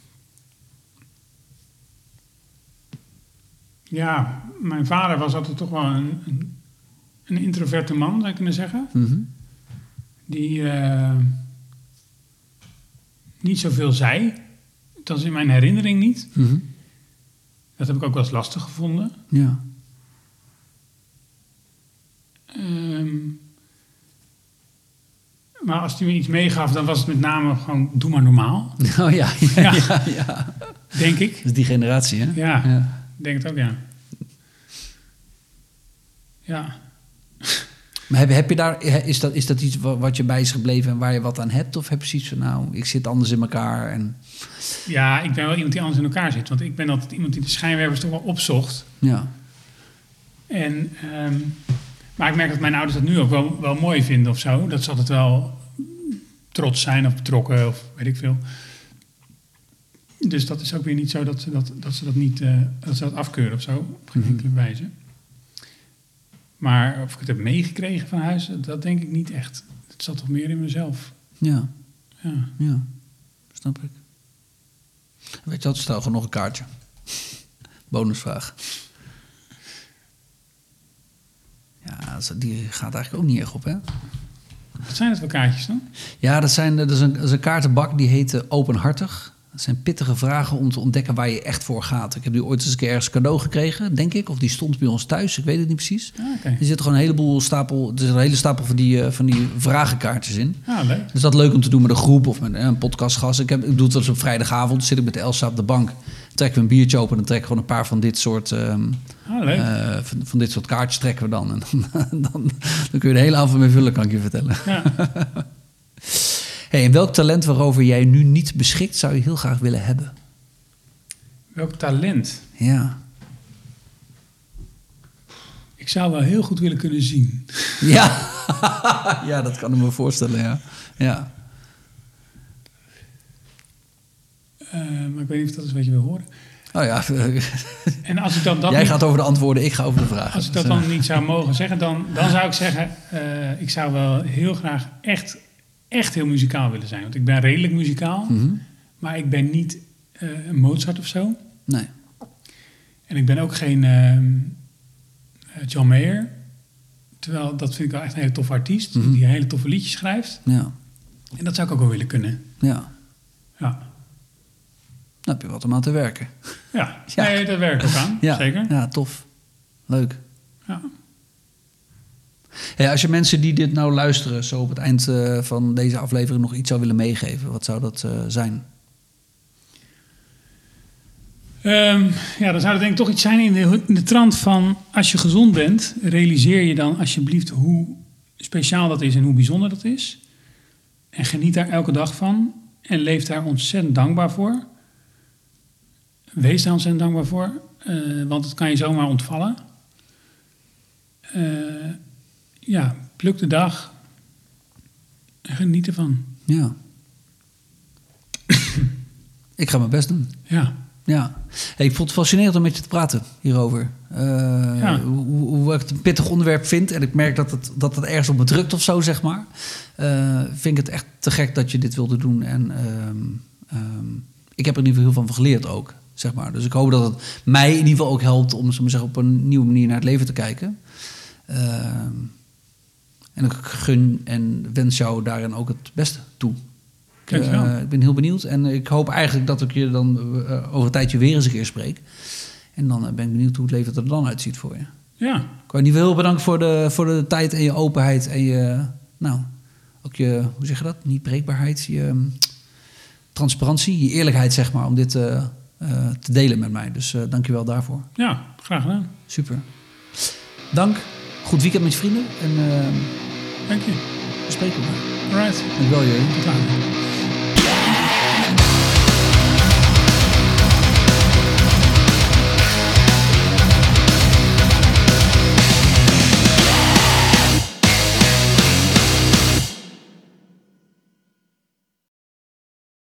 Ja, mijn vader was altijd toch wel een, een, een introverte man, zou je kunnen zeggen. Mhm. Die uh, niet zoveel zei. Dat is in mijn herinnering niet. Mhm. Dat heb ik ook wel eens lastig gevonden. Ja. Um, maar als hij me iets meegaf, dan was het met name gewoon, doe maar normaal. Oh ja, ja, Ja. ja, ja. Denk ik. Dat is die generatie, hè? Ja, Ja. ik denk het ook, ja. Ja. Maar heb, heb je daar, is dat, is dat iets wa- wat je bij is gebleven en waar je wat aan hebt? Of heb je zoiets van, nou, ik zit anders in elkaar en... Ja, ik ben wel iemand die anders in elkaar zit. Want ik ben altijd iemand die de schijnwerpers toch wel opzocht. Ja. En, um, maar ik merk dat mijn ouders dat nu ook wel, wel mooi vinden of zo. Dat ze altijd wel trots zijn of betrokken of weet ik veel. Dus dat is ook weer niet zo dat ze dat, dat, ze dat niet uh, dat ze dat afkeuren of zo. Op geen enkele wijze. Maar of ik het heb meegekregen van huis, dat denk ik niet echt. Het zat toch meer in mezelf. Ja, Ja. ja. Snap ik. Weet je wat, stel gewoon nog een kaartje. Bonusvraag. Ja, die gaat eigenlijk ook niet echt op, hè? Wat zijn het voor kaartjes dan? Ja, dat, zijn, dat, is een, dat is een kaartenbak die heet uh, Openhartig. Dat zijn pittige vragen om te ontdekken waar je echt voor gaat. Ik heb die ooit eens een keer ergens cadeau gekregen, denk ik. Of die stond bij ons thuis, ik weet het niet precies. Ah, okay. Er zit gewoon een heleboel stapel, er zit een hele stapel van die, uh, van die vragenkaartjes in. Ah, leuk. Dus dat is leuk om te doen met een groep of met uh, een podcastgast. Ik, heb, ik doe het wel eens op vrijdagavond, zit ik met Elsa op de bank. Trekken we een biertje open en dan trekken we gewoon een paar van dit soort... Um, ah, leuk. Uh, van, van dit soort kaartjes trekken we dan. En dan, dan, dan kun je de hele avond mee vullen, kan ik je vertellen. Ja. Hey, en welk talent waarover jij nu niet beschikt, zou je heel graag willen hebben? Welk talent? Ja. Ik zou wel heel goed willen kunnen zien. Ja, ja, dat kan ik me voorstellen, ja. Ja. Uh, maar ik weet niet of dat is wat je wil horen. Oh ja. En als ik dan dat Jij niet, gaat over de antwoorden, ik ga over de vragen. Als ik dat dan niet zou mogen zeggen, dan, dan zou ik zeggen... Uh, ik zou wel heel graag echt, echt heel muzikaal willen zijn. Want ik ben redelijk muzikaal, Mm-hmm. maar ik ben niet uh, een Mozart of zo. Nee. En ik ben ook geen uh, John Mayer. Terwijl, dat vind ik wel echt een hele toffe artiest. Mm-hmm. Die hele toffe liedjes schrijft. Ja. En dat zou ik ook wel willen kunnen. Ja. Ja. Dan heb je wat om aan te werken. Ja, ja. Nee, dat werkt ook aan. Ja. Zeker. Ja, tof. Leuk. Ja. Ja, als je mensen die dit nou luisteren... zo op het eind uh, van deze aflevering nog iets zou willen meegeven... wat zou dat uh, zijn? Um, ja, dan zou het denk ik toch iets zijn in de, in de trant van... als je gezond bent, realiseer je dan alsjeblieft hoe speciaal dat is... en hoe bijzonder dat is. En geniet daar elke dag van. En leef daar ontzettend dankbaar voor. Wees daar ontzettend dankbaar voor. Uh, want het kan je zomaar ontvallen. Uh, ja, pluk de dag. En geniet ervan. Ja. Ik ga mijn best doen. Ja. Ja. Hey, ik vond het fascinerend om met je te praten hierover. Uh, ja. hoe, hoe ik het een pittig onderwerp vind. En ik merk dat het, dat het ergens op me drukt of zo, zeg maar. Uh, vind ik het echt te gek dat je dit wilde doen. En um, um, ik heb er in ieder geval heel veel van geleerd ook, zeg maar. Dus ik hoop dat het mij in ieder geval ook helpt... om zo maar zeggen, op een nieuwe manier naar het leven te kijken. Uh, en ik gun en wens jou daarin ook het beste toe. Ik, uh, ik ben heel benieuwd en ik hoop eigenlijk dat ik je dan uh, over een tijdje weer eens een keer spreek. En dan uh, ben ik benieuwd hoe het leven er dan uitziet voor je. Ja. Ik wil je niet heel bedanken voor de, voor de tijd en je openheid en je, nou, ook je, hoe zeg je dat? Niet breekbaarheid, je um, transparantie, je eerlijkheid, zeg maar, om dit uh, uh, te delen met mij. Dus uh, dank je wel daarvoor. Ja, graag gedaan. Super. Dank. Goed weekend met je vrienden en uh, dank je. we spreken elkaar. Alright. Dank wel, jullie. Tot later.